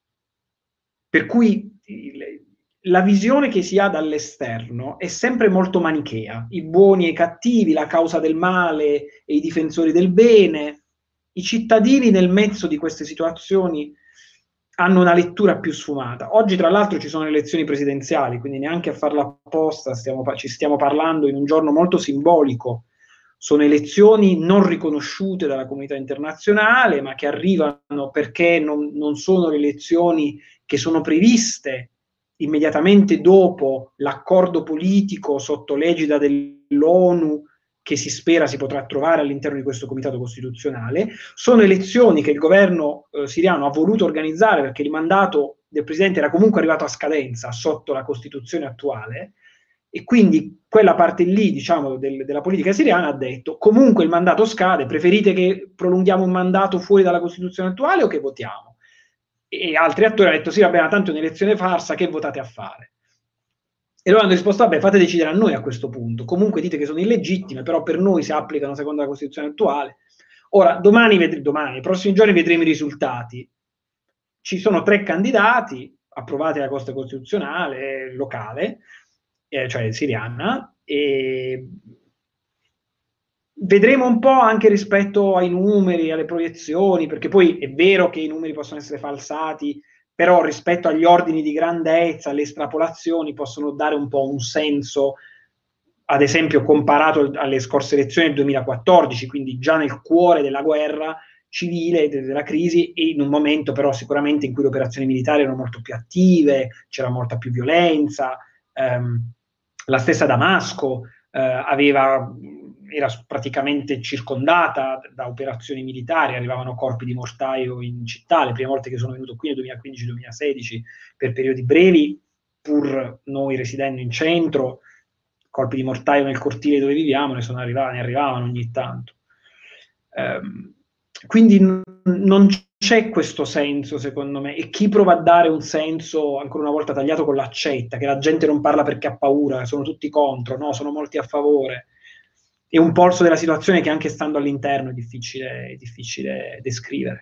Per cui la visione che si ha dall'esterno è sempre molto manichea, i buoni e i cattivi, la causa del male e i difensori del bene. I cittadini nel mezzo di queste situazioni hanno una lettura più sfumata. Oggi tra l'altro ci sono le elezioni presidenziali, quindi neanche a farla apposta stiamo, ci stiamo parlando in un giorno molto simbolico. Sono elezioni non riconosciute dalla comunità internazionale, ma che arrivano perché non, non sono le elezioni che sono previste immediatamente dopo l'accordo politico sotto l'egida dell'ONU che si spera si potrà trovare all'interno di questo comitato costituzionale. Sono elezioni che il governo eh, siriano ha voluto organizzare perché il mandato del presidente era comunque arrivato a scadenza sotto la Costituzione attuale, e quindi quella parte lì, diciamo, del, della politica siriana ha detto: comunque il mandato scade, preferite che prolunghiamo un mandato fuori dalla Costituzione attuale o che votiamo? E altri attori hanno detto: sì, vabbè, ma tanto è un'elezione farsa, che votate a fare? E loro hanno risposto: vabbè, fate decidere a noi a questo punto, comunque dite che sono illegittime, però per noi si applicano secondo la Costituzione attuale. Ora, domani, ved- domani, nei prossimi giorni vedremo i risultati. Ci sono tre candidati approvati dalla Corte Costituzionale locale, eh, cioè siriana, e vedremo un po' anche rispetto ai numeri, alle proiezioni, perché poi è vero che i numeri possono essere falsati, però rispetto agli ordini di grandezza, alle estrapolazioni possono dare un po' un senso, ad esempio comparato alle scorse elezioni del duemilaquattordici, quindi già nel cuore della guerra civile, della crisi, e in un momento però sicuramente in cui le operazioni militari erano molto più attive, c'era molta più violenza, ehm, la stessa Damasco eh, aveva, era praticamente circondata da operazioni militari, arrivavano corpi di mortaio in città, le prime volte che sono venuto qui nel duemilaquindici duemilasedici per periodi brevi, pur noi residendo in centro, colpi di mortaio nel cortile dove viviamo ne, sono arrivati, ne arrivavano ogni tanto. Um, quindi n- non c'è questo senso, secondo me, e chi prova a dare un senso, ancora una volta tagliato con l'accetta, che la gente non parla perché ha paura, sono tutti contro, no, sono molti a favore, è un polso della situazione che anche stando all'interno è difficile, è difficile descrivere.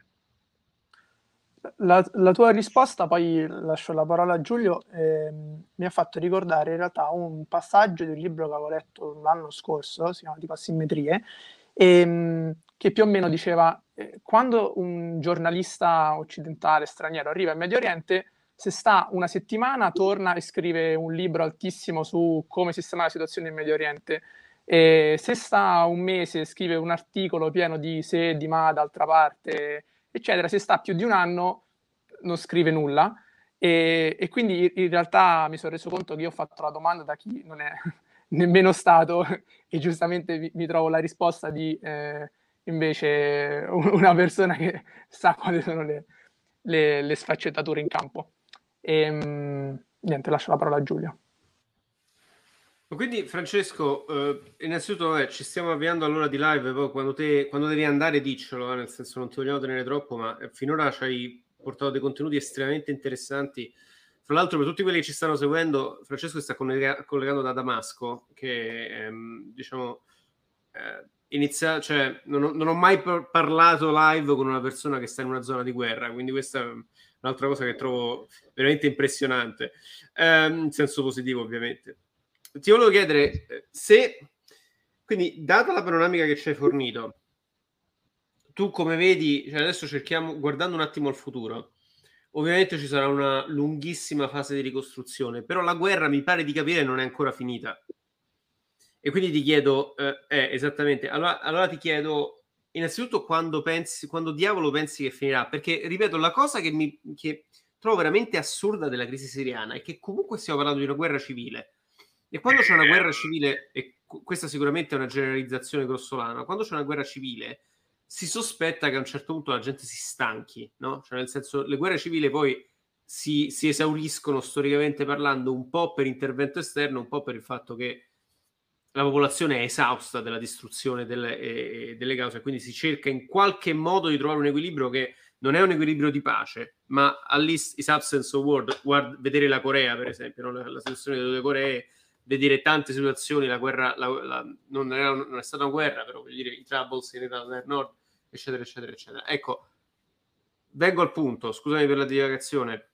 La, la tua risposta, poi lascio la parola a Giulio, ehm, mi ha fatto ricordare in realtà un passaggio di un libro che avevo letto l'anno scorso, si chiama tipo Asimmetrie, ehm, che più o meno diceva eh, quando un giornalista occidentale straniero arriva in Medio Oriente, se sta una settimana torna e scrive un libro altissimo su come sistemare la situazione in Medio Oriente, e se sta un mese scrive un articolo pieno di se, di ma, d'altra parte, eccetera. Se sta più di un anno non scrive nulla, e, e quindi in realtà mi sono reso conto che io ho fatto la domanda da chi non è nemmeno stato e giustamente mi, mi trovo la risposta di eh, invece una persona che sa quali sono le, le, le sfaccettature in campo. E, mh, niente, lascio la parola a Giulio. Quindi Francesco, eh, innanzitutto eh, ci stiamo avviando all'ora di live, poi quando, te, quando devi andare diccelo, eh, nel senso non ti vogliamo tenere troppo, ma eh, finora ci hai portato dei contenuti estremamente interessanti. Fra l'altro, per tutti quelli che ci stanno seguendo, Francesco si sta collega- collegando da Damasco, che ehm, diciamo eh, inizia, cioè non ho, non ho mai par- parlato live con una persona che sta in una zona di guerra, quindi questa è un'altra cosa che trovo veramente impressionante, ehm, in senso positivo ovviamente. Ti volevo chiedere se, quindi, data la panoramica che ci hai fornito, tu come vedi, cioè adesso cerchiamo, guardando un attimo al futuro, ovviamente ci sarà una lunghissima fase di ricostruzione, però la guerra, mi pare di capire, non è ancora finita. E quindi ti chiedo, eh, eh, esattamente, allora, allora ti chiedo, innanzitutto, quando pensi, quando diavolo pensi che finirà? Perché, ripeto, la cosa che mi che trovo veramente assurda della crisi siriana è che comunque stiamo parlando di una guerra civile. E quando c'è una guerra civile, e questa sicuramente è una generalizzazione grossolana, quando c'è una guerra civile si sospetta che a un certo punto la gente si stanchi, no? Cioè nel senso, le guerre civili poi si, si esauriscono storicamente parlando un po' per intervento esterno, un po' per il fatto che la popolazione è esausta della distruzione delle, eh, delle cause, quindi si cerca in qualche modo di trovare un equilibrio che non è un equilibrio di pace, ma at least is absence of war. Guard, vedere la Corea, per esempio, no? la, la situazione delle due Coree, vedere tante situazioni, la guerra la, la, non, era, non è stata una guerra, però voglio dire, i troubles in Irlanda del Nord, eccetera, eccetera, eccetera. Ecco, vengo al punto, scusami per la divagazione.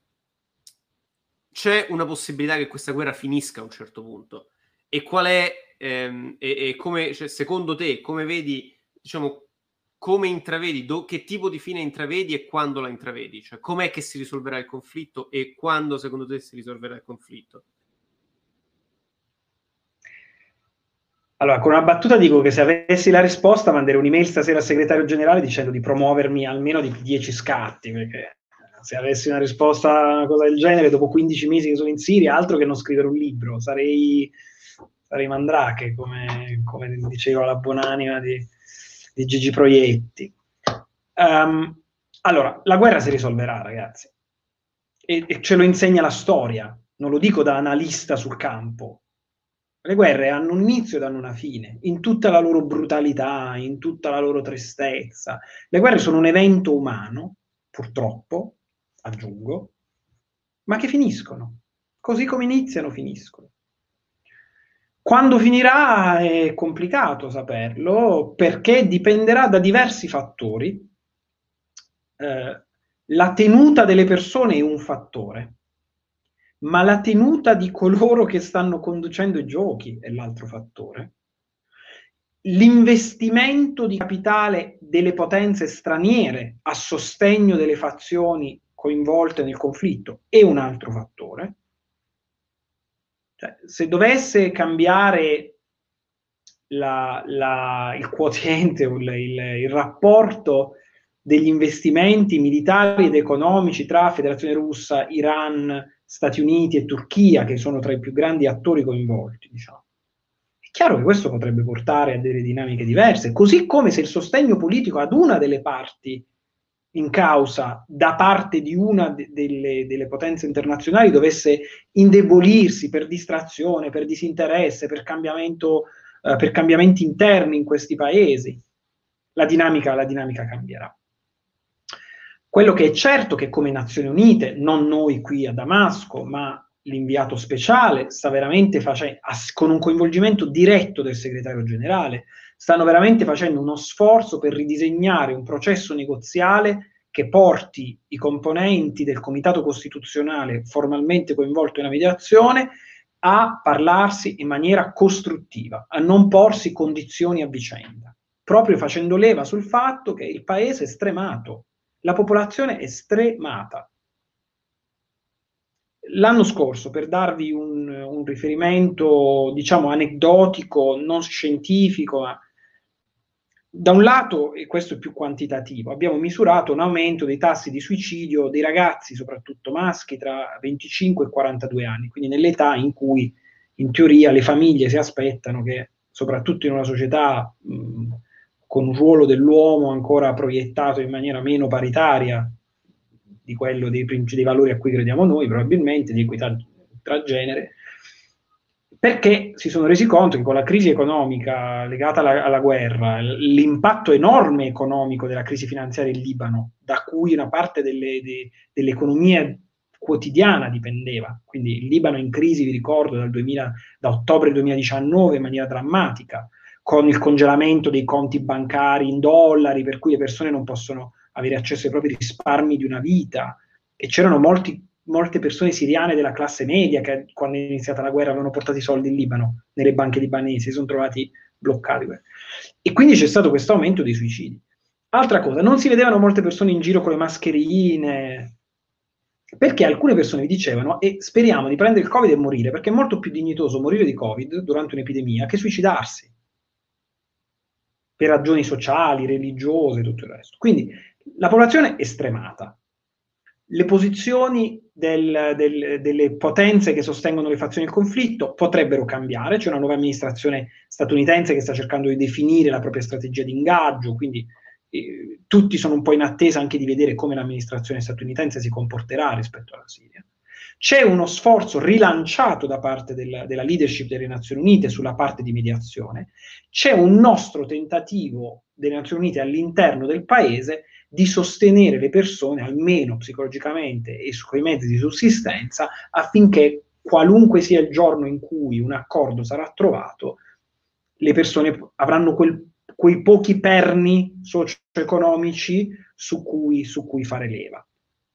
C'è una possibilità che questa guerra finisca a un certo punto. E qual è, ehm, e, e come, cioè, secondo te, come vedi, diciamo, come intravedi, do, che tipo di fine intravedi e quando la intravedi? Cioè, com'è che si risolverà il conflitto e quando, secondo te, si risolverà il conflitto? Allora, con una battuta dico che se avessi la risposta manderei un'email stasera al segretario generale dicendo di promuovermi almeno di dieci scatti, perché se avessi una risposta a una cosa del genere dopo quindici mesi che sono in Siria, altro che non scrivere un libro, sarei, fare i mandrache, come, come diceva la buonanima di, di Gigi Proietti. Um, allora, la guerra si risolverà, ragazzi, e, e ce lo insegna la storia, non lo dico da analista sul campo. Le guerre hanno un inizio ed hanno una fine, in tutta la loro brutalità, in tutta la loro tristezza. Le guerre sono un evento umano, purtroppo, aggiungo, ma che finiscono. Così come iniziano, finiscono. Quando finirà è complicato saperlo, perché dipenderà da diversi fattori. Eh, la tenuta delle persone è un fattore, ma la tenuta di coloro che stanno conducendo i giochi è l'altro fattore. L'investimento di capitale delle potenze straniere a sostegno delle fazioni coinvolte nel conflitto è un altro fattore. Cioè, se dovesse cambiare la, la, il quoziente, il, il, il rapporto degli investimenti militari ed economici tra Federazione Russa, Iran, Stati Uniti e Turchia, che sono tra i più grandi attori coinvolti, diciamo. È chiaro che questo potrebbe portare a delle dinamiche diverse, così come se il sostegno politico ad una delle parti in causa da parte di una de- delle, delle potenze internazionali dovesse indebolirsi per distrazione, per disinteresse, per cambiamento, eh, per cambiamenti interni in questi paesi, la dinamica, la dinamica cambierà. Quello che è certo è che come Nazioni Unite, non noi qui a Damasco, ma l'inviato speciale, sta veramente facendo, con un coinvolgimento diretto del segretario generale, stanno veramente facendo uno sforzo per ridisegnare un processo negoziale che porti i componenti del Comitato Costituzionale formalmente coinvolto nella mediazione a parlarsi in maniera costruttiva, a non porsi condizioni a vicenda, proprio facendo leva sul fatto che il paese è stremato. La popolazione è stremata. L'anno scorso, per darvi un, un riferimento, diciamo, aneddotico, non scientifico, ma da un lato, e questo è più quantitativo, abbiamo misurato un aumento dei tassi di suicidio dei ragazzi, soprattutto maschi, tra venticinque e quarantadue anni, quindi nell'età in cui, in teoria, le famiglie si aspettano che, soprattutto in una società mh, con un ruolo dell'uomo ancora proiettato in maniera meno paritaria di quello dei principi, dei valori a cui crediamo noi, probabilmente, di equità tra genere, perché si sono resi conto che con la crisi economica legata alla, alla guerra, l'impatto enorme economico della crisi finanziaria in Libano, da cui una parte delle, de, dell'economia quotidiana dipendeva, quindi il Libano è in crisi, vi ricordo, dal duemila, da ottobre duemiladiciannove in maniera drammatica, con il congelamento dei conti bancari in dollari, per cui le persone non possono avere accesso ai propri risparmi di una vita, e c'erano molti, molte persone siriane della classe media che quando è iniziata la guerra avevano portato i soldi in Libano, nelle banche libanesi, si sono trovati bloccati. E quindi c'è stato questo aumento dei suicidi. Altra cosa, non si vedevano molte persone in giro con le mascherine, perché alcune persone vi dicevano, e speriamo di prendere il Covid e morire, perché è molto più dignitoso morire di Covid durante un'epidemia che suicidarsi, per ragioni sociali, religiose e tutto il resto. Quindi la popolazione è stremata. Le posizioni del, del, delle potenze che sostengono le fazioni del conflitto potrebbero cambiare, c'è una nuova amministrazione statunitense che sta cercando di definire la propria strategia di ingaggio, quindi eh, tutti sono un po' in attesa anche di vedere come l'amministrazione statunitense si comporterà rispetto alla Siria. C'è uno sforzo rilanciato da parte della, della leadership delle Nazioni Unite sulla parte di mediazione, c'è un nostro tentativo delle Nazioni Unite all'interno del paese di sostenere le persone, almeno psicologicamente e su quei mezzi di sussistenza, affinché qualunque sia il giorno in cui un accordo sarà trovato, le persone avranno quel, quei pochi perni socio-economici su cui, su cui fare leva.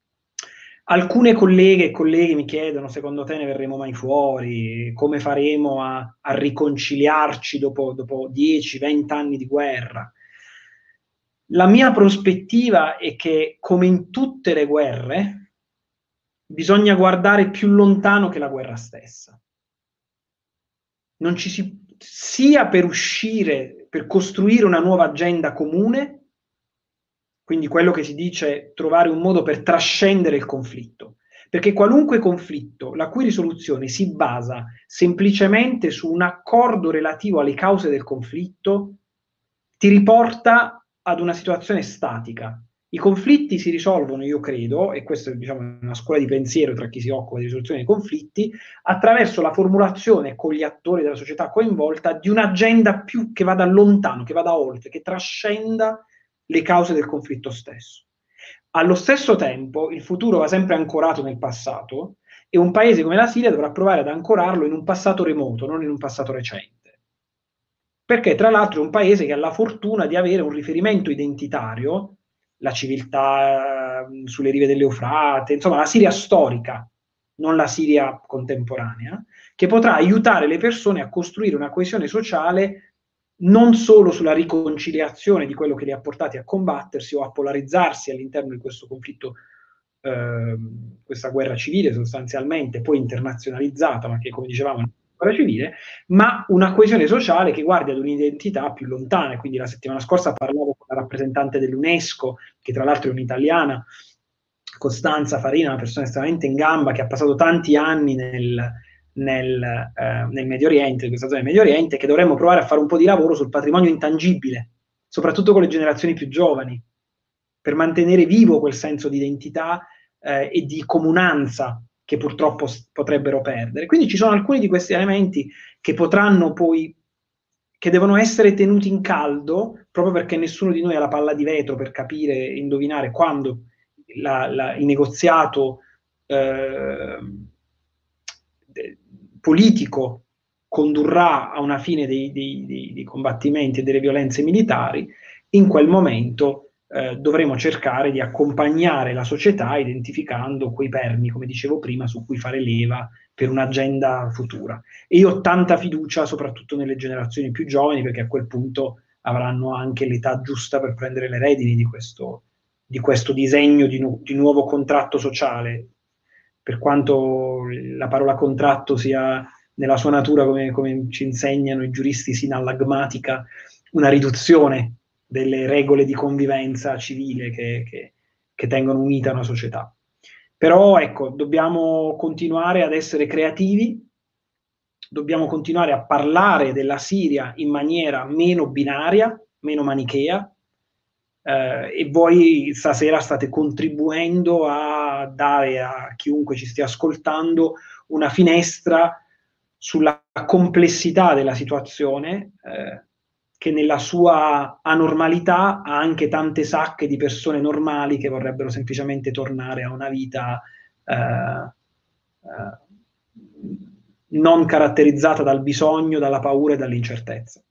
Alcune colleghe e colleghi mi chiedono, secondo te ne verremo mai fuori? Come faremo a, a riconciliarci dopo, dopo dieci venti anni di guerra? La mia prospettiva è che, come in tutte le guerre, bisogna guardare più lontano che la guerra stessa. Non ci si, sia per uscire, per costruire una nuova agenda comune, quindi quello che si dice trovare un modo per trascendere il conflitto, perché qualunque conflitto la cui risoluzione si basa semplicemente su un accordo relativo alle cause del conflitto ti riporta ad una situazione statica. I conflitti si risolvono, io credo, e questa diciamo, è una scuola di pensiero tra chi si occupa di risoluzione dei conflitti, attraverso la formulazione con gli attori della società coinvolta di un'agenda più che vada lontano, che vada oltre, che trascenda le cause del conflitto stesso. Allo stesso tempo, il futuro va sempre ancorato nel passato e un paese come la Siria dovrà provare ad ancorarlo in un passato remoto, non in un passato recente. Perché tra l'altro è un paese che ha la fortuna di avere un riferimento identitario, la civiltà eh, sulle rive dell'Eufrate, insomma la Siria storica, non la Siria contemporanea, che potrà aiutare le persone a costruire una coesione sociale non solo sulla riconciliazione di quello che li ha portati a combattersi o a polarizzarsi all'interno di questo conflitto, eh, questa guerra civile sostanzialmente, poi internazionalizzata, ma che come dicevamo è una guerra civile, ma una coesione sociale che guardi ad un'identità più lontana. Quindi la settimana scorsa parlavo con la rappresentante dell'UNESCO, che tra l'altro è un'italiana, Costanza Farina, una persona estremamente in gamba, che ha passato tanti anni nel, nel, eh, nel Medio Oriente, in questa zona del Medio Oriente, che dovremmo provare a fare un po' di lavoro sul patrimonio intangibile, soprattutto con le generazioni più giovani, per mantenere vivo quel senso di identità eh, e di comunanza che purtroppo potrebbero perdere. Quindi ci sono alcuni di questi elementi che potranno poi, che devono essere tenuti in caldo, proprio perché nessuno di noi ha la palla di vetro per capire e indovinare quando la, la, il negoziato eh, politico condurrà a una fine dei, dei, dei, dei combattimenti e delle violenze militari. In quel momento eh, dovremo cercare di accompagnare la società identificando quei perni, come dicevo prima, su cui fare leva per un'agenda futura. E io ho tanta fiducia soprattutto nelle generazioni più giovani, perché a quel punto avranno anche l'età giusta per prendere le redini di questo, di questo disegno di, nu- di nuovo contratto sociale, per quanto la parola contratto sia nella sua natura, come, come ci insegnano i giuristi sinallagmatica, una riduzione delle regole di convivenza civile che, che, che tengono unita una società. Però ecco, dobbiamo continuare ad essere creativi, dobbiamo continuare a parlare della Siria in maniera meno binaria, meno manichea, eh, e voi stasera state contribuendo a dare a chiunque ci stia ascoltando una finestra sulla complessità della situazione, eh, che nella sua anormalità ha anche tante sacche di persone normali che vorrebbero semplicemente tornare a una vita eh, eh, non caratterizzata dal bisogno, dalla paura e dall'incertezza.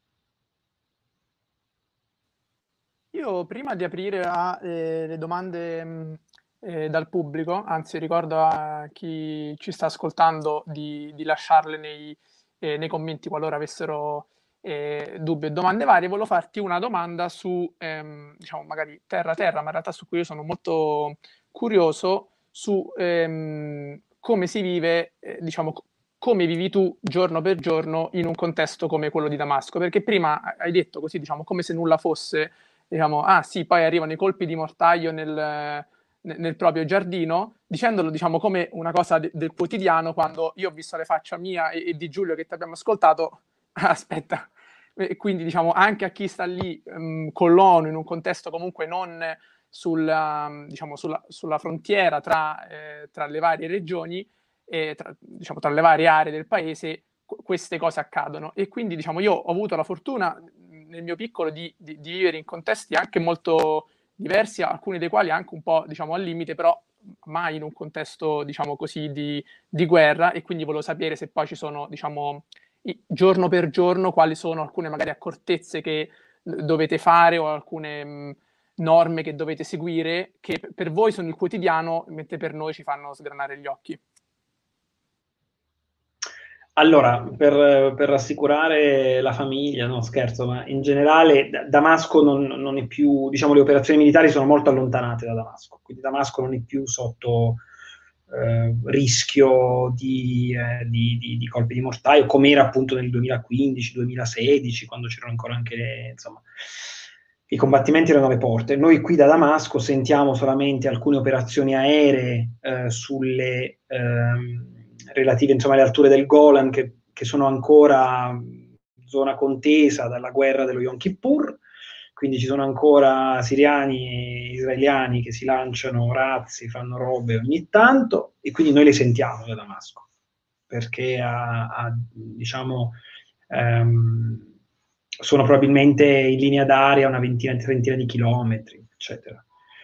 Io prima di aprire a eh, le domande mh, eh, dal pubblico, anzi ricordo a chi ci sta ascoltando di, di lasciarle nei, eh, nei commenti qualora avessero eh, dubbi e domande varie, volevo farti una domanda su, ehm, diciamo, magari terra terra, ma in realtà su cui io sono molto curioso, su ehm, come si vive, eh, diciamo, come vivi tu giorno per giorno in un contesto come quello di Damasco, perché prima hai detto così, diciamo, come se nulla fosse, diciamo, ah sì, poi arrivano i colpi di mortaio nel, nel proprio giardino, dicendolo, diciamo, come una cosa de- del quotidiano, quando io ho visto le faccia mia e, e di Giulio che ti abbiamo ascoltato, aspetta, e quindi, diciamo, anche a chi sta lì um, con l'ONU in un contesto comunque non sulla, diciamo, sulla, sulla frontiera tra, eh, tra le varie regioni, e tra, diciamo, tra le varie aree del paese, queste cose accadono. E quindi, diciamo, io ho avuto la fortuna nel mio piccolo di, di, di vivere in contesti anche molto diversi, alcuni dei quali anche un po', diciamo, al limite, però mai in un contesto, diciamo così, di, di guerra. E quindi volevo sapere se poi ci sono, diciamo, giorno per giorno, quali sono alcune magari accortezze che dovete fare o alcune mh, norme che dovete seguire che per voi sono il quotidiano, mentre per noi ci fanno sgranare gli occhi. Allora, per, per rassicurare la famiglia, no scherzo, ma in generale Damasco non, non è più, diciamo, le operazioni militari sono molto allontanate da Damasco, quindi Damasco non è più sotto eh, rischio di, eh, di, di, di colpi di mortaio, come era appunto nel duemilaquindici duemilasedici, quando c'erano ancora anche, insomma, i combattimenti erano alle porte. Noi qui da Damasco sentiamo solamente alcune operazioni aeree eh, sulle ehm, relative, insomma, alle alture del Golan, che, che sono ancora zona contesa dalla guerra dello Yom Kippur, quindi ci sono ancora siriani e israeliani che si lanciano razzi, fanno robe ogni tanto, e quindi noi le sentiamo da Damasco, perché a, a, diciamo, ehm, sono probabilmente in linea d'aria una ventina, trentina di chilometri, eccetera.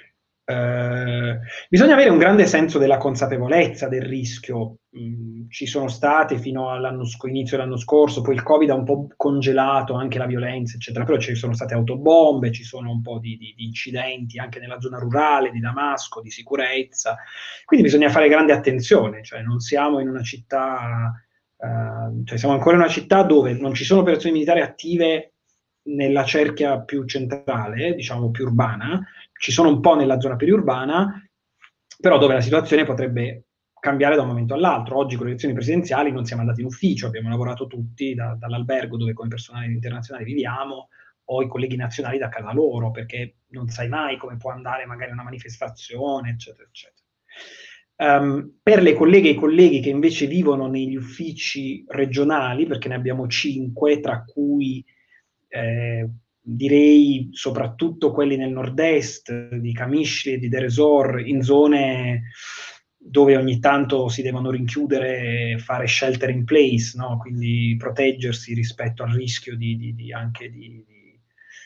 Eh, bisogna avere un grande senso della consapevolezza del rischio. Mm, ci sono state fino all'inizio dell'anno scorso, poi il Covid ha un po' congelato anche la violenza, eccetera, però ci sono state autobombe, ci sono un po' di, di, di incidenti anche nella zona rurale di Damasco, di sicurezza, quindi bisogna fare grande attenzione, cioè non siamo in una città, eh, cioè siamo ancora in una città dove non ci sono operazioni militari attive nella cerchia più centrale, diciamo più urbana, ci sono un po' nella zona periurbana, però dove la situazione potrebbe cambiare da un momento all'altro. Oggi con le elezioni presidenziali non siamo andati in ufficio, abbiamo lavorato tutti da, dall'albergo dove come personale internazionale viviamo, o i colleghi nazionali da casa loro, perché non sai mai come può andare magari una manifestazione, eccetera, eccetera. Um, per le colleghe e i colleghi che invece vivono negli uffici regionali, perché ne abbiamo cinque, tra cui eh, direi soprattutto quelli nel nord-est, di Kamishli e di Deir ez-Zor, in zone dove ogni tanto si devono rinchiudere e fare shelter in place, no? Quindi proteggersi rispetto al rischio di, di, di anche di, di,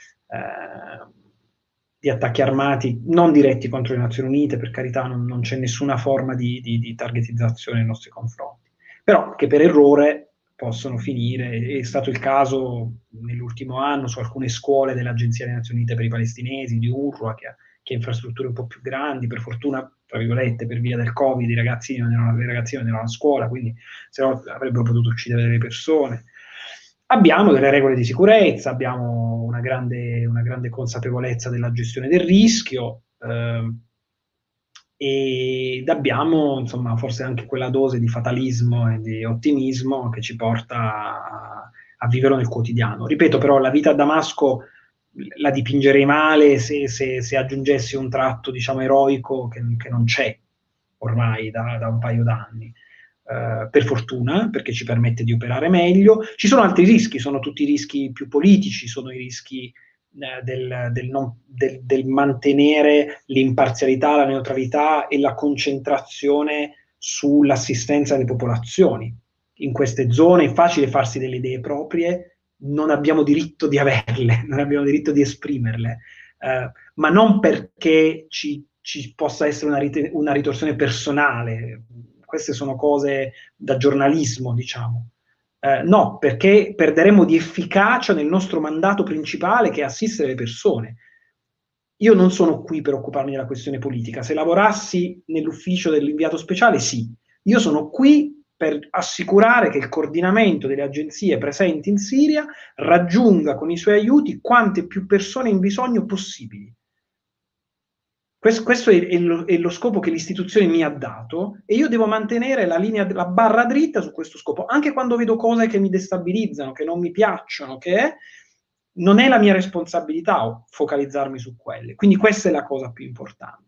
eh, di attacchi armati, non diretti contro le Nazioni Unite, per carità, non, non c'è nessuna forma di, di, di targetizzazione nei nostri confronti, però che per errore possono finire. È stato il caso nell'ultimo anno su alcune scuole dell'Agenzia delle Nazioni Unite per i Palestinesi, di UNRWA, che ha, che ha infrastrutture un po' più grandi, per fortuna, tra virgolette, per via del Covid, i ragazzini non erano, le ragazzine non erano a scuola, quindi se no avrebbero potuto uccidere delle persone. Abbiamo delle regole di sicurezza, abbiamo una grande, una grande consapevolezza della gestione del rischio, eh, ed abbiamo, insomma, forse anche quella dose di fatalismo e di ottimismo che ci porta a, a vivere nel quotidiano. Ripeto, però, la vita a Damasco la dipingerei male se, se, se aggiungessi un tratto, diciamo, eroico che, che non c'è ormai da, da un paio d'anni. Uh, per fortuna, perché ci permette di operare meglio. Ci sono altri rischi, sono tutti rischi più politici, sono i rischi eh, del, del, non, del, del mantenere l'imparzialità, la neutralità e la concentrazione sull'assistenza alle popolazioni. In queste zone è facile farsi delle idee proprie, non abbiamo diritto di averle, non abbiamo diritto di esprimerle, uh, ma non perché ci, ci possa essere una, rit- una ritorsione personale. Queste sono cose da giornalismo, diciamo. Eh, no, perché perderemo di efficacia nel nostro mandato principale, che è assistere le persone. Io non sono qui per occuparmi della questione politica. Se lavorassi nell'ufficio dell'inviato speciale, sì. Io sono qui per assicurare che il coordinamento delle agenzie presenti in Siria raggiunga con i suoi aiuti quante più persone in bisogno possibili. Questo, questo è, è, lo, è lo scopo che l'istituzione mi ha dato, e io devo mantenere la linea, la barra dritta su questo scopo, anche quando vedo cose che mi destabilizzano, che non mi piacciono, che è, non è la mia responsabilità focalizzarmi su quelle. Quindi questa è la cosa più importante.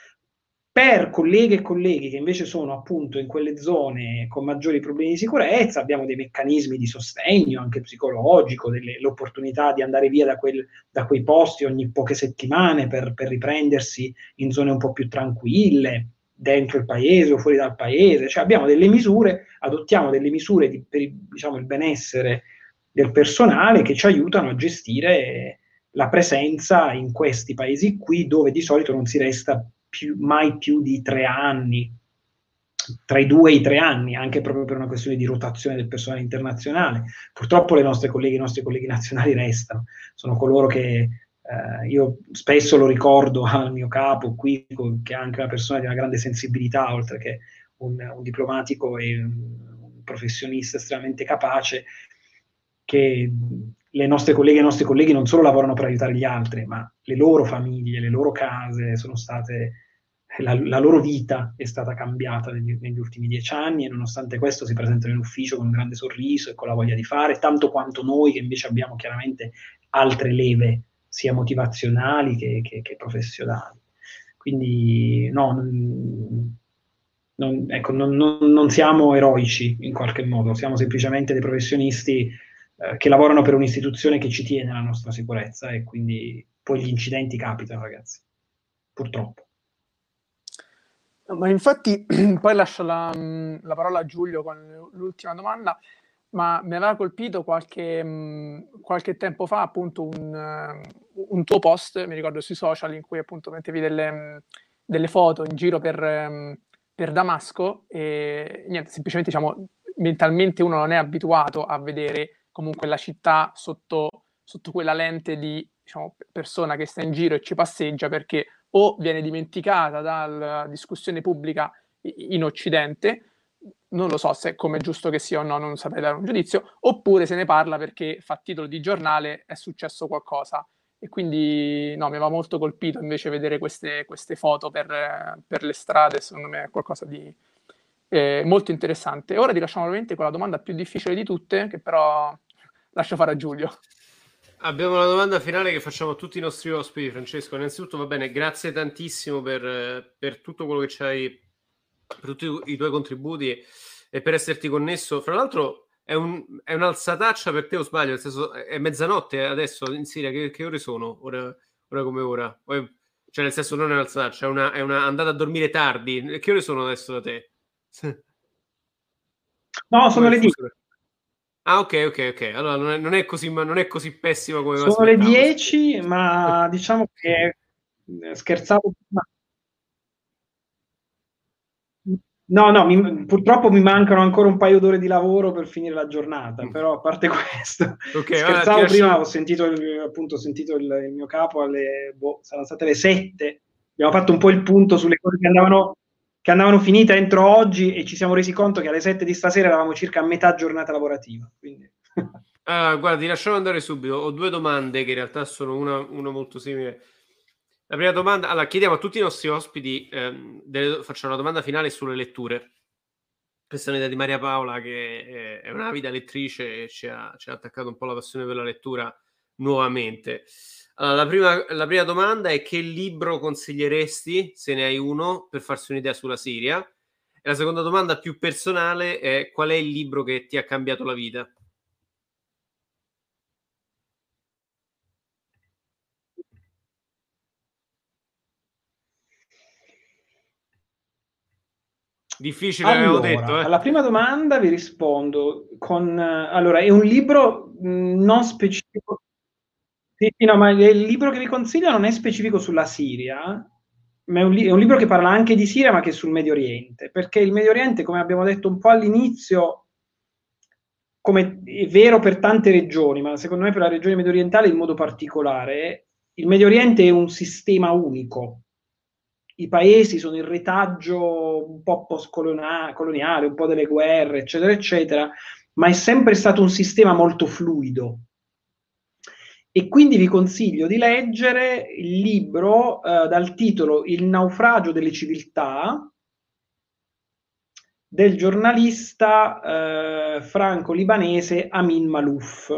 Per colleghe e colleghi che invece sono appunto in quelle zone con maggiori problemi di sicurezza, abbiamo dei meccanismi di sostegno anche psicologico, delle, l'opportunità di andare via da, quel, da quei posti ogni poche settimane per, per riprendersi in zone un po' più tranquille, dentro il paese o fuori dal paese. Cioè abbiamo delle misure, adottiamo delle misure di, per, diciamo, il benessere del personale che ci aiutano a gestire la presenza in questi paesi qui, dove di solito non si resta più, mai più di tre anni, tra i due e i tre anni, anche proprio per una questione di rotazione del personale internazionale. Purtroppo le nostre colleghe, i nostri colleghi nazionali restano, sono coloro che eh, io spesso lo ricordo al mio capo qui, che è anche una persona di una grande sensibilità, oltre che un, un diplomatico e un, un professionista estremamente capace, che le nostre colleghe e i nostri colleghi non solo lavorano per aiutare gli altri, ma le loro famiglie, le loro case sono state, la, la loro vita è stata cambiata negli, negli ultimi dieci anni, e nonostante questo si presentano in ufficio con un grande sorriso e con la voglia di fare, tanto quanto noi che invece abbiamo chiaramente altre leve sia motivazionali che, che, che professionali. Quindi no, non, non, ecco, non, non, non siamo eroici in qualche modo, siamo semplicemente dei professionisti eh, che lavorano per un'istituzione che ci tiene alla nostra sicurezza, e quindi poi gli incidenti capitano, ragazzi, purtroppo. Ma infatti poi lascio la, la parola a Giulio con l'ultima domanda, ma mi aveva colpito qualche, qualche tempo fa appunto un, un tuo post, mi ricordo, sui social, in cui appunto mettevi delle, delle foto in giro per, per Damasco, e niente, semplicemente diciamo mentalmente uno non è abituato a vedere comunque la città sotto, sotto quella lente di, diciamo, persona che sta in giro e ci passeggia, perché o viene dimenticata dalla discussione pubblica in Occidente, non lo so se come giusto che sia o no, non saprei dare un giudizio, oppure se ne parla perché fa titolo di giornale, è successo qualcosa. E quindi no, mi aveva molto colpito invece vedere queste, queste foto per, per le strade, secondo me è qualcosa di eh, molto interessante. Ora ti lasciamo ovviamente con la domanda più difficile di tutte, che però lascio fare a Giulio. Abbiamo una domanda finale che facciamo a tutti i nostri ospiti, Francesco. Innanzitutto, va bene, grazie tantissimo per, per tutto quello che ci hai, per tutti i tuoi contributi e per esserti connesso. Fra l'altro è, un, è un'alzataccia per te, o sbaglio? Nel senso, è mezzanotte adesso in Siria, che, che ore sono? Ora, ora come ora? Cioè, nel senso, non è un'alzataccia, è una, è una andata a dormire tardi. Che ore sono adesso da te? No, sono le dieci. Ah, ok, ok, ok. Allora non è, non è così, ma non è così pessimo come sono le dieci, ma diciamo che scherzavo. No, no, mi, purtroppo mi mancano ancora un paio d'ore di lavoro per finire la giornata, però a parte questo, okay, scherzavo allora, prima, lascio... ho sentito, il, appunto, ho sentito il, il mio capo alle, boh, saranno state le sette, abbiamo fatto un po' il punto sulle cose che andavano, che andavano finite entro oggi, e ci siamo resi conto che alle sette di stasera eravamo circa a metà giornata lavorativa. Quindi... Ah, guardi, lasciamo andare subito, ho due domande che in realtà sono una, una molto simile. La prima domanda, allora chiediamo a tutti i nostri ospiti, ehm, delle, facciamo una domanda finale sulle letture. Questa è un'idea di Maria Paola, che è un'avida lettrice e ci ha, ci ha attaccato un po' la passione per la lettura nuovamente. Allora, la prima, la prima domanda è: che libro consiglieresti, se ne hai uno, per farsi un'idea sulla Siria? E la seconda domanda, più personale, è: qual è il libro che ti ha cambiato la vita? Difficile, allora, avevo detto. Eh. Alla prima domanda vi rispondo con... Allora, è un libro mh, non specifico... Sì, no, ma il libro che vi consiglio non è specifico sulla Siria, ma è un, li- è un libro che parla anche di Siria, ma che è sul Medio Oriente, perché il Medio Oriente, come abbiamo detto un po' all'inizio, come è vero per tante regioni, ma secondo me per la regione medio orientale in modo particolare, il Medio Oriente è un sistema unico. I paesi sono il retaggio un po' post-coloniale, un po' delle guerre, eccetera, eccetera, ma è sempre stato un sistema molto fluido. E quindi vi consiglio di leggere il libro eh, dal titolo Il naufragio delle civiltà, del giornalista eh, franco-libanese Amin Malouf.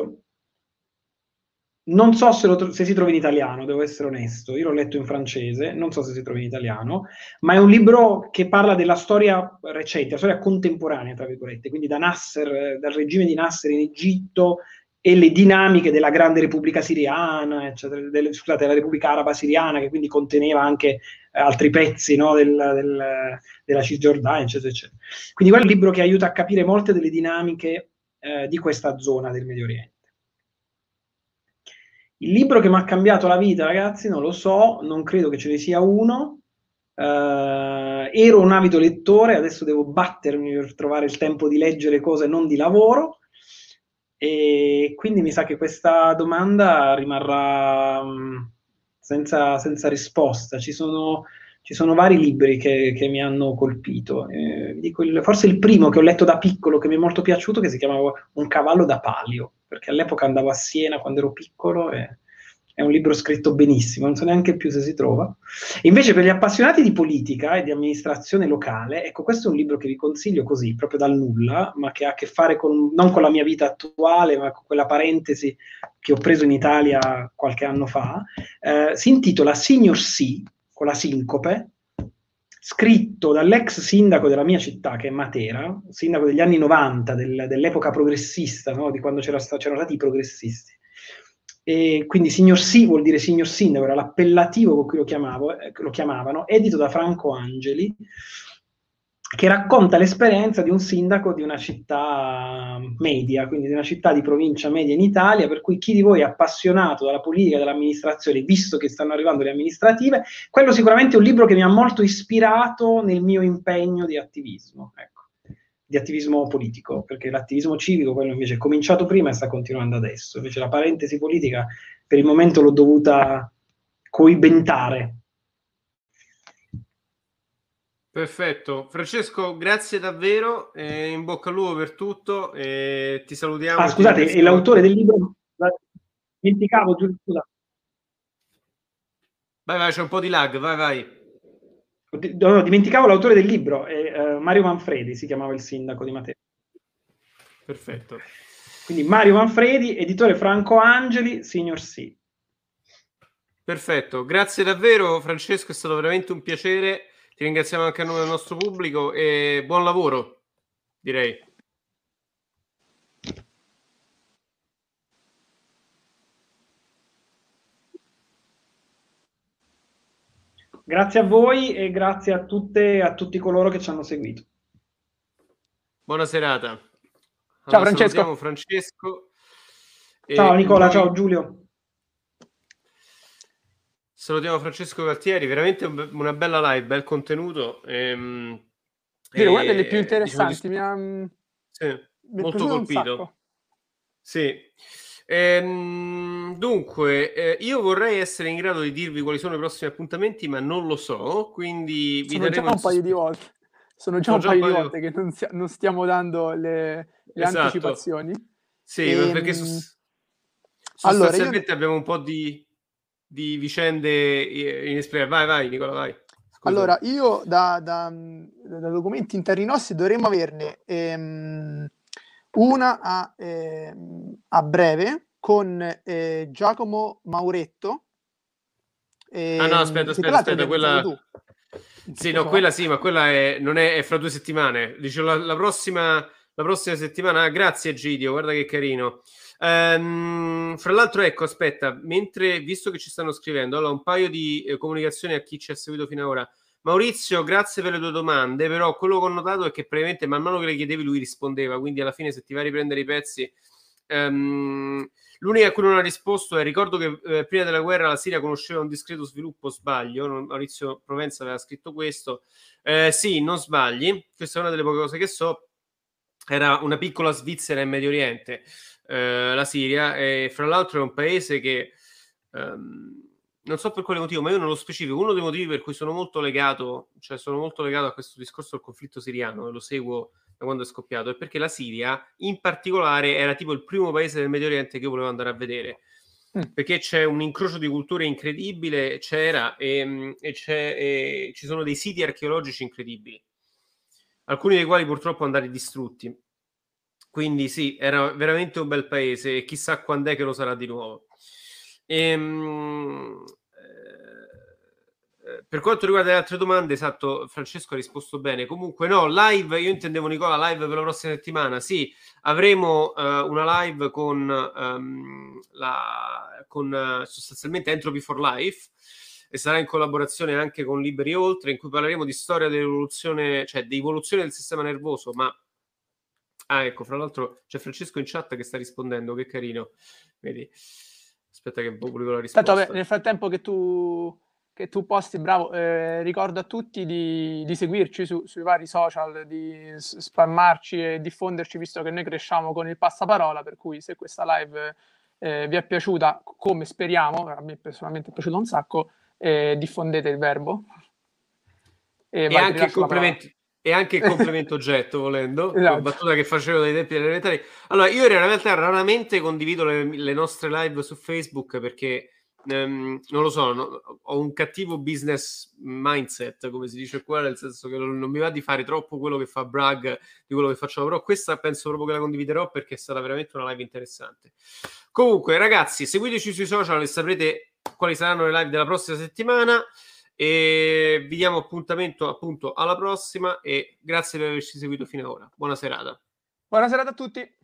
Non so se, lo, se si trova in italiano, devo essere onesto, io l'ho letto in francese, non so se si trova in italiano, ma è un libro che parla della storia recente, la storia contemporanea, tra virgolette, quindi da Nasser, dal regime di Nasser in Egitto e le dinamiche della grande Repubblica Siriana, eccetera, del, scusate, la Repubblica Araba Siriana, che quindi conteneva anche eh, altri pezzi, no, del, del, della Cisgiordania, eccetera, eccetera. Quindi quello è un libro che aiuta a capire molte delle dinamiche eh, di questa zona del Medio Oriente. Il libro che mi ha cambiato la vita, ragazzi, non lo so, non credo che ce ne sia uno. Uh, ero un avido lettore, adesso devo battermi per trovare il tempo di leggere cose non di lavoro, e quindi mi sa che questa domanda rimarrà um, senza, senza risposta. Ci sono, ci sono vari libri che, che mi hanno colpito. Eh, dico il, forse il primo che ho letto da piccolo, che mi è molto piaciuto, che si chiamava Un cavallo da palio, perché all'epoca andavo a Siena quando ero piccolo e è un libro scritto benissimo, non so neanche più se si trova. Invece per gli appassionati di politica e di amministrazione locale, ecco, questo è un libro che vi consiglio così, proprio dal nulla, ma che ha a che fare con, non con la mia vita attuale, ma con quella parentesi che ho preso in Italia qualche anno fa. Eh, si intitola Signor Sì, con la sincope, scritto dall'ex sindaco della mia città, che è Matera, sindaco degli anni novanta, del, dell'epoca progressista, no? Di quando c'era sta, c'erano stati i progressisti. E quindi Signor Sì vuol dire signor sindaco, era l'appellativo con cui lo, chiamavo, eh, lo chiamavano, edito da Franco Angeli, che racconta l'esperienza di un sindaco di una città media, quindi di una città di provincia media in Italia, per cui chi di voi è appassionato dalla politica e dell'amministrazione, visto che stanno arrivando le amministrative, quello sicuramente è un libro che mi ha molto ispirato nel mio impegno di attivismo, ecco, di attivismo politico, perché l'attivismo civico, quello invece è cominciato prima e sta continuando adesso, invece la parentesi politica per il momento l'ho dovuta coibentare. Perfetto, Francesco, grazie davvero, eh, in bocca al lupo per tutto, eh, ti salutiamo. Ah, scusate, è l'autore del libro, dimenticavo, giusto, scusa. Vai, vai, c'è un po' di lag, vai, vai. No, no, dimenticavo l'autore del libro, è, uh, Mario Manfredi, si chiamava il sindaco di Matera. Perfetto. Quindi Mario Manfredi, editore Franco Angeli, Signor Sì. Perfetto, grazie davvero Francesco, è stato veramente un piacere. Ti ringraziamo anche a nome del nostro pubblico e buon lavoro, direi. Grazie a voi e grazie a tutte e a tutti coloro che ci hanno seguito. Buona serata. Allora, ciao Francesco. Salutiamo Francesco. Ciao Nicola, noi... ciao Giulio. Salutiamo Francesco Galtieri, veramente una bella live, bel contenuto. Ehm, Direi una delle più interessanti, diciamo, mi ha sì, mi molto colpito. Sì. Ehm, dunque, eh, io vorrei essere in grado di dirvi quali sono i prossimi appuntamenti, ma non lo so, quindi vi sono daremo già un paio di volte. Sono già sono un paio, paio di volte che non, sia, non stiamo dando le, le esatto. anticipazioni. Sì, e, perché sostanzialmente allora, io... abbiamo un po' di, di vicende inesplicate. Vai, vai, Nicola, vai. Scusa. Allora, io da, da, da documenti interni nostri dovremmo averne ehm, una a, eh, a breve con eh, Giacomo Mauretto. Ehm, ah no, aspetta, aspetta, aspetta, quella... Tu. Sì, no, quella sì, ma quella è, non è, è fra due settimane. Dice la, la, prossima, la prossima settimana. Ah, grazie Gidio, guarda che carino. Um, fra l'altro, ecco, aspetta, mentre, visto che ci stanno scrivendo, allora un paio di eh, comunicazioni a chi ci ha seguito fino ad ora. Maurizio, grazie per le tue domande, però quello che ho notato è che praticamente man mano che le chiedevi lui rispondeva, quindi alla fine se ti vai a riprendere i pezzi... Um, l'unica a cui non ha risposto è: ricordo che eh, prima della guerra la Siria conosceva un discreto sviluppo, sbaglio? Non, Maurizio Provenza aveva scritto questo. Eh, sì, non sbagli, questa è una delle poche cose che so. Era una piccola Svizzera in Medio Oriente, eh, la Siria, e fra l'altro è un paese che ehm, non so per quale motivo, ma io non lo specifico. Uno dei motivi per cui sono molto legato, cioè sono molto legato a questo discorso del conflitto siriano, e lo seguo da quando è scoppiato, è perché la Siria in particolare era tipo il primo paese del Medio Oriente che io volevo andare a vedere, mm. perché c'è un incrocio di culture incredibile, c'era e, e, c'è, e ci sono dei siti archeologici incredibili, alcuni dei quali purtroppo andati distrutti, quindi sì, era veramente un bel paese e chissà quando è che lo sarà di nuovo. Ehm, eh, per quanto riguarda le altre domande, esatto, Francesco ha risposto bene. Comunque no, live, io intendevo Nicola, live per la prossima settimana, sì, avremo uh, una live con, um, la, con uh, sostanzialmente Entropy for Life, e sarà in collaborazione anche con Liberi Oltre, in cui parleremo di storia dell'evoluzione, cioè di evoluzione del sistema nervoso, ma ah ecco, fra l'altro c'è Francesco in chat che sta rispondendo, che carino, vedi. Aspetta che pubblico la risposta. Aspetta, vabbè, nel frattempo che tu, che tu posti, bravo, eh, ricordo a tutti di, di seguirci su, sui vari social, di spammarci e diffonderci, visto che noi cresciamo con il passaparola, per cui se questa live eh, vi è piaciuta, come speriamo, a me personalmente è piaciuto un sacco, eh, diffondete il verbo. E, e anche il complemento. E anche il complemento oggetto, volendo, esatto. Battuta che facevo dai tempi elementari. Allora, io in realtà raramente condivido le, le nostre live su Facebook perché ehm, non lo so, no, ho un cattivo business mindset, come si dice qua, nel senso che non, non mi va di fare troppo quello che fa Bragg di quello che facciamo, però questa penso proprio che la condividerò perché è stata veramente una live interessante. Comunque ragazzi, seguiteci sui social e saprete quali saranno le live della prossima settimana e vi diamo appuntamento appunto alla prossima e grazie per averci seguito fino ad ora. Buona serata. Buona serata a tutti.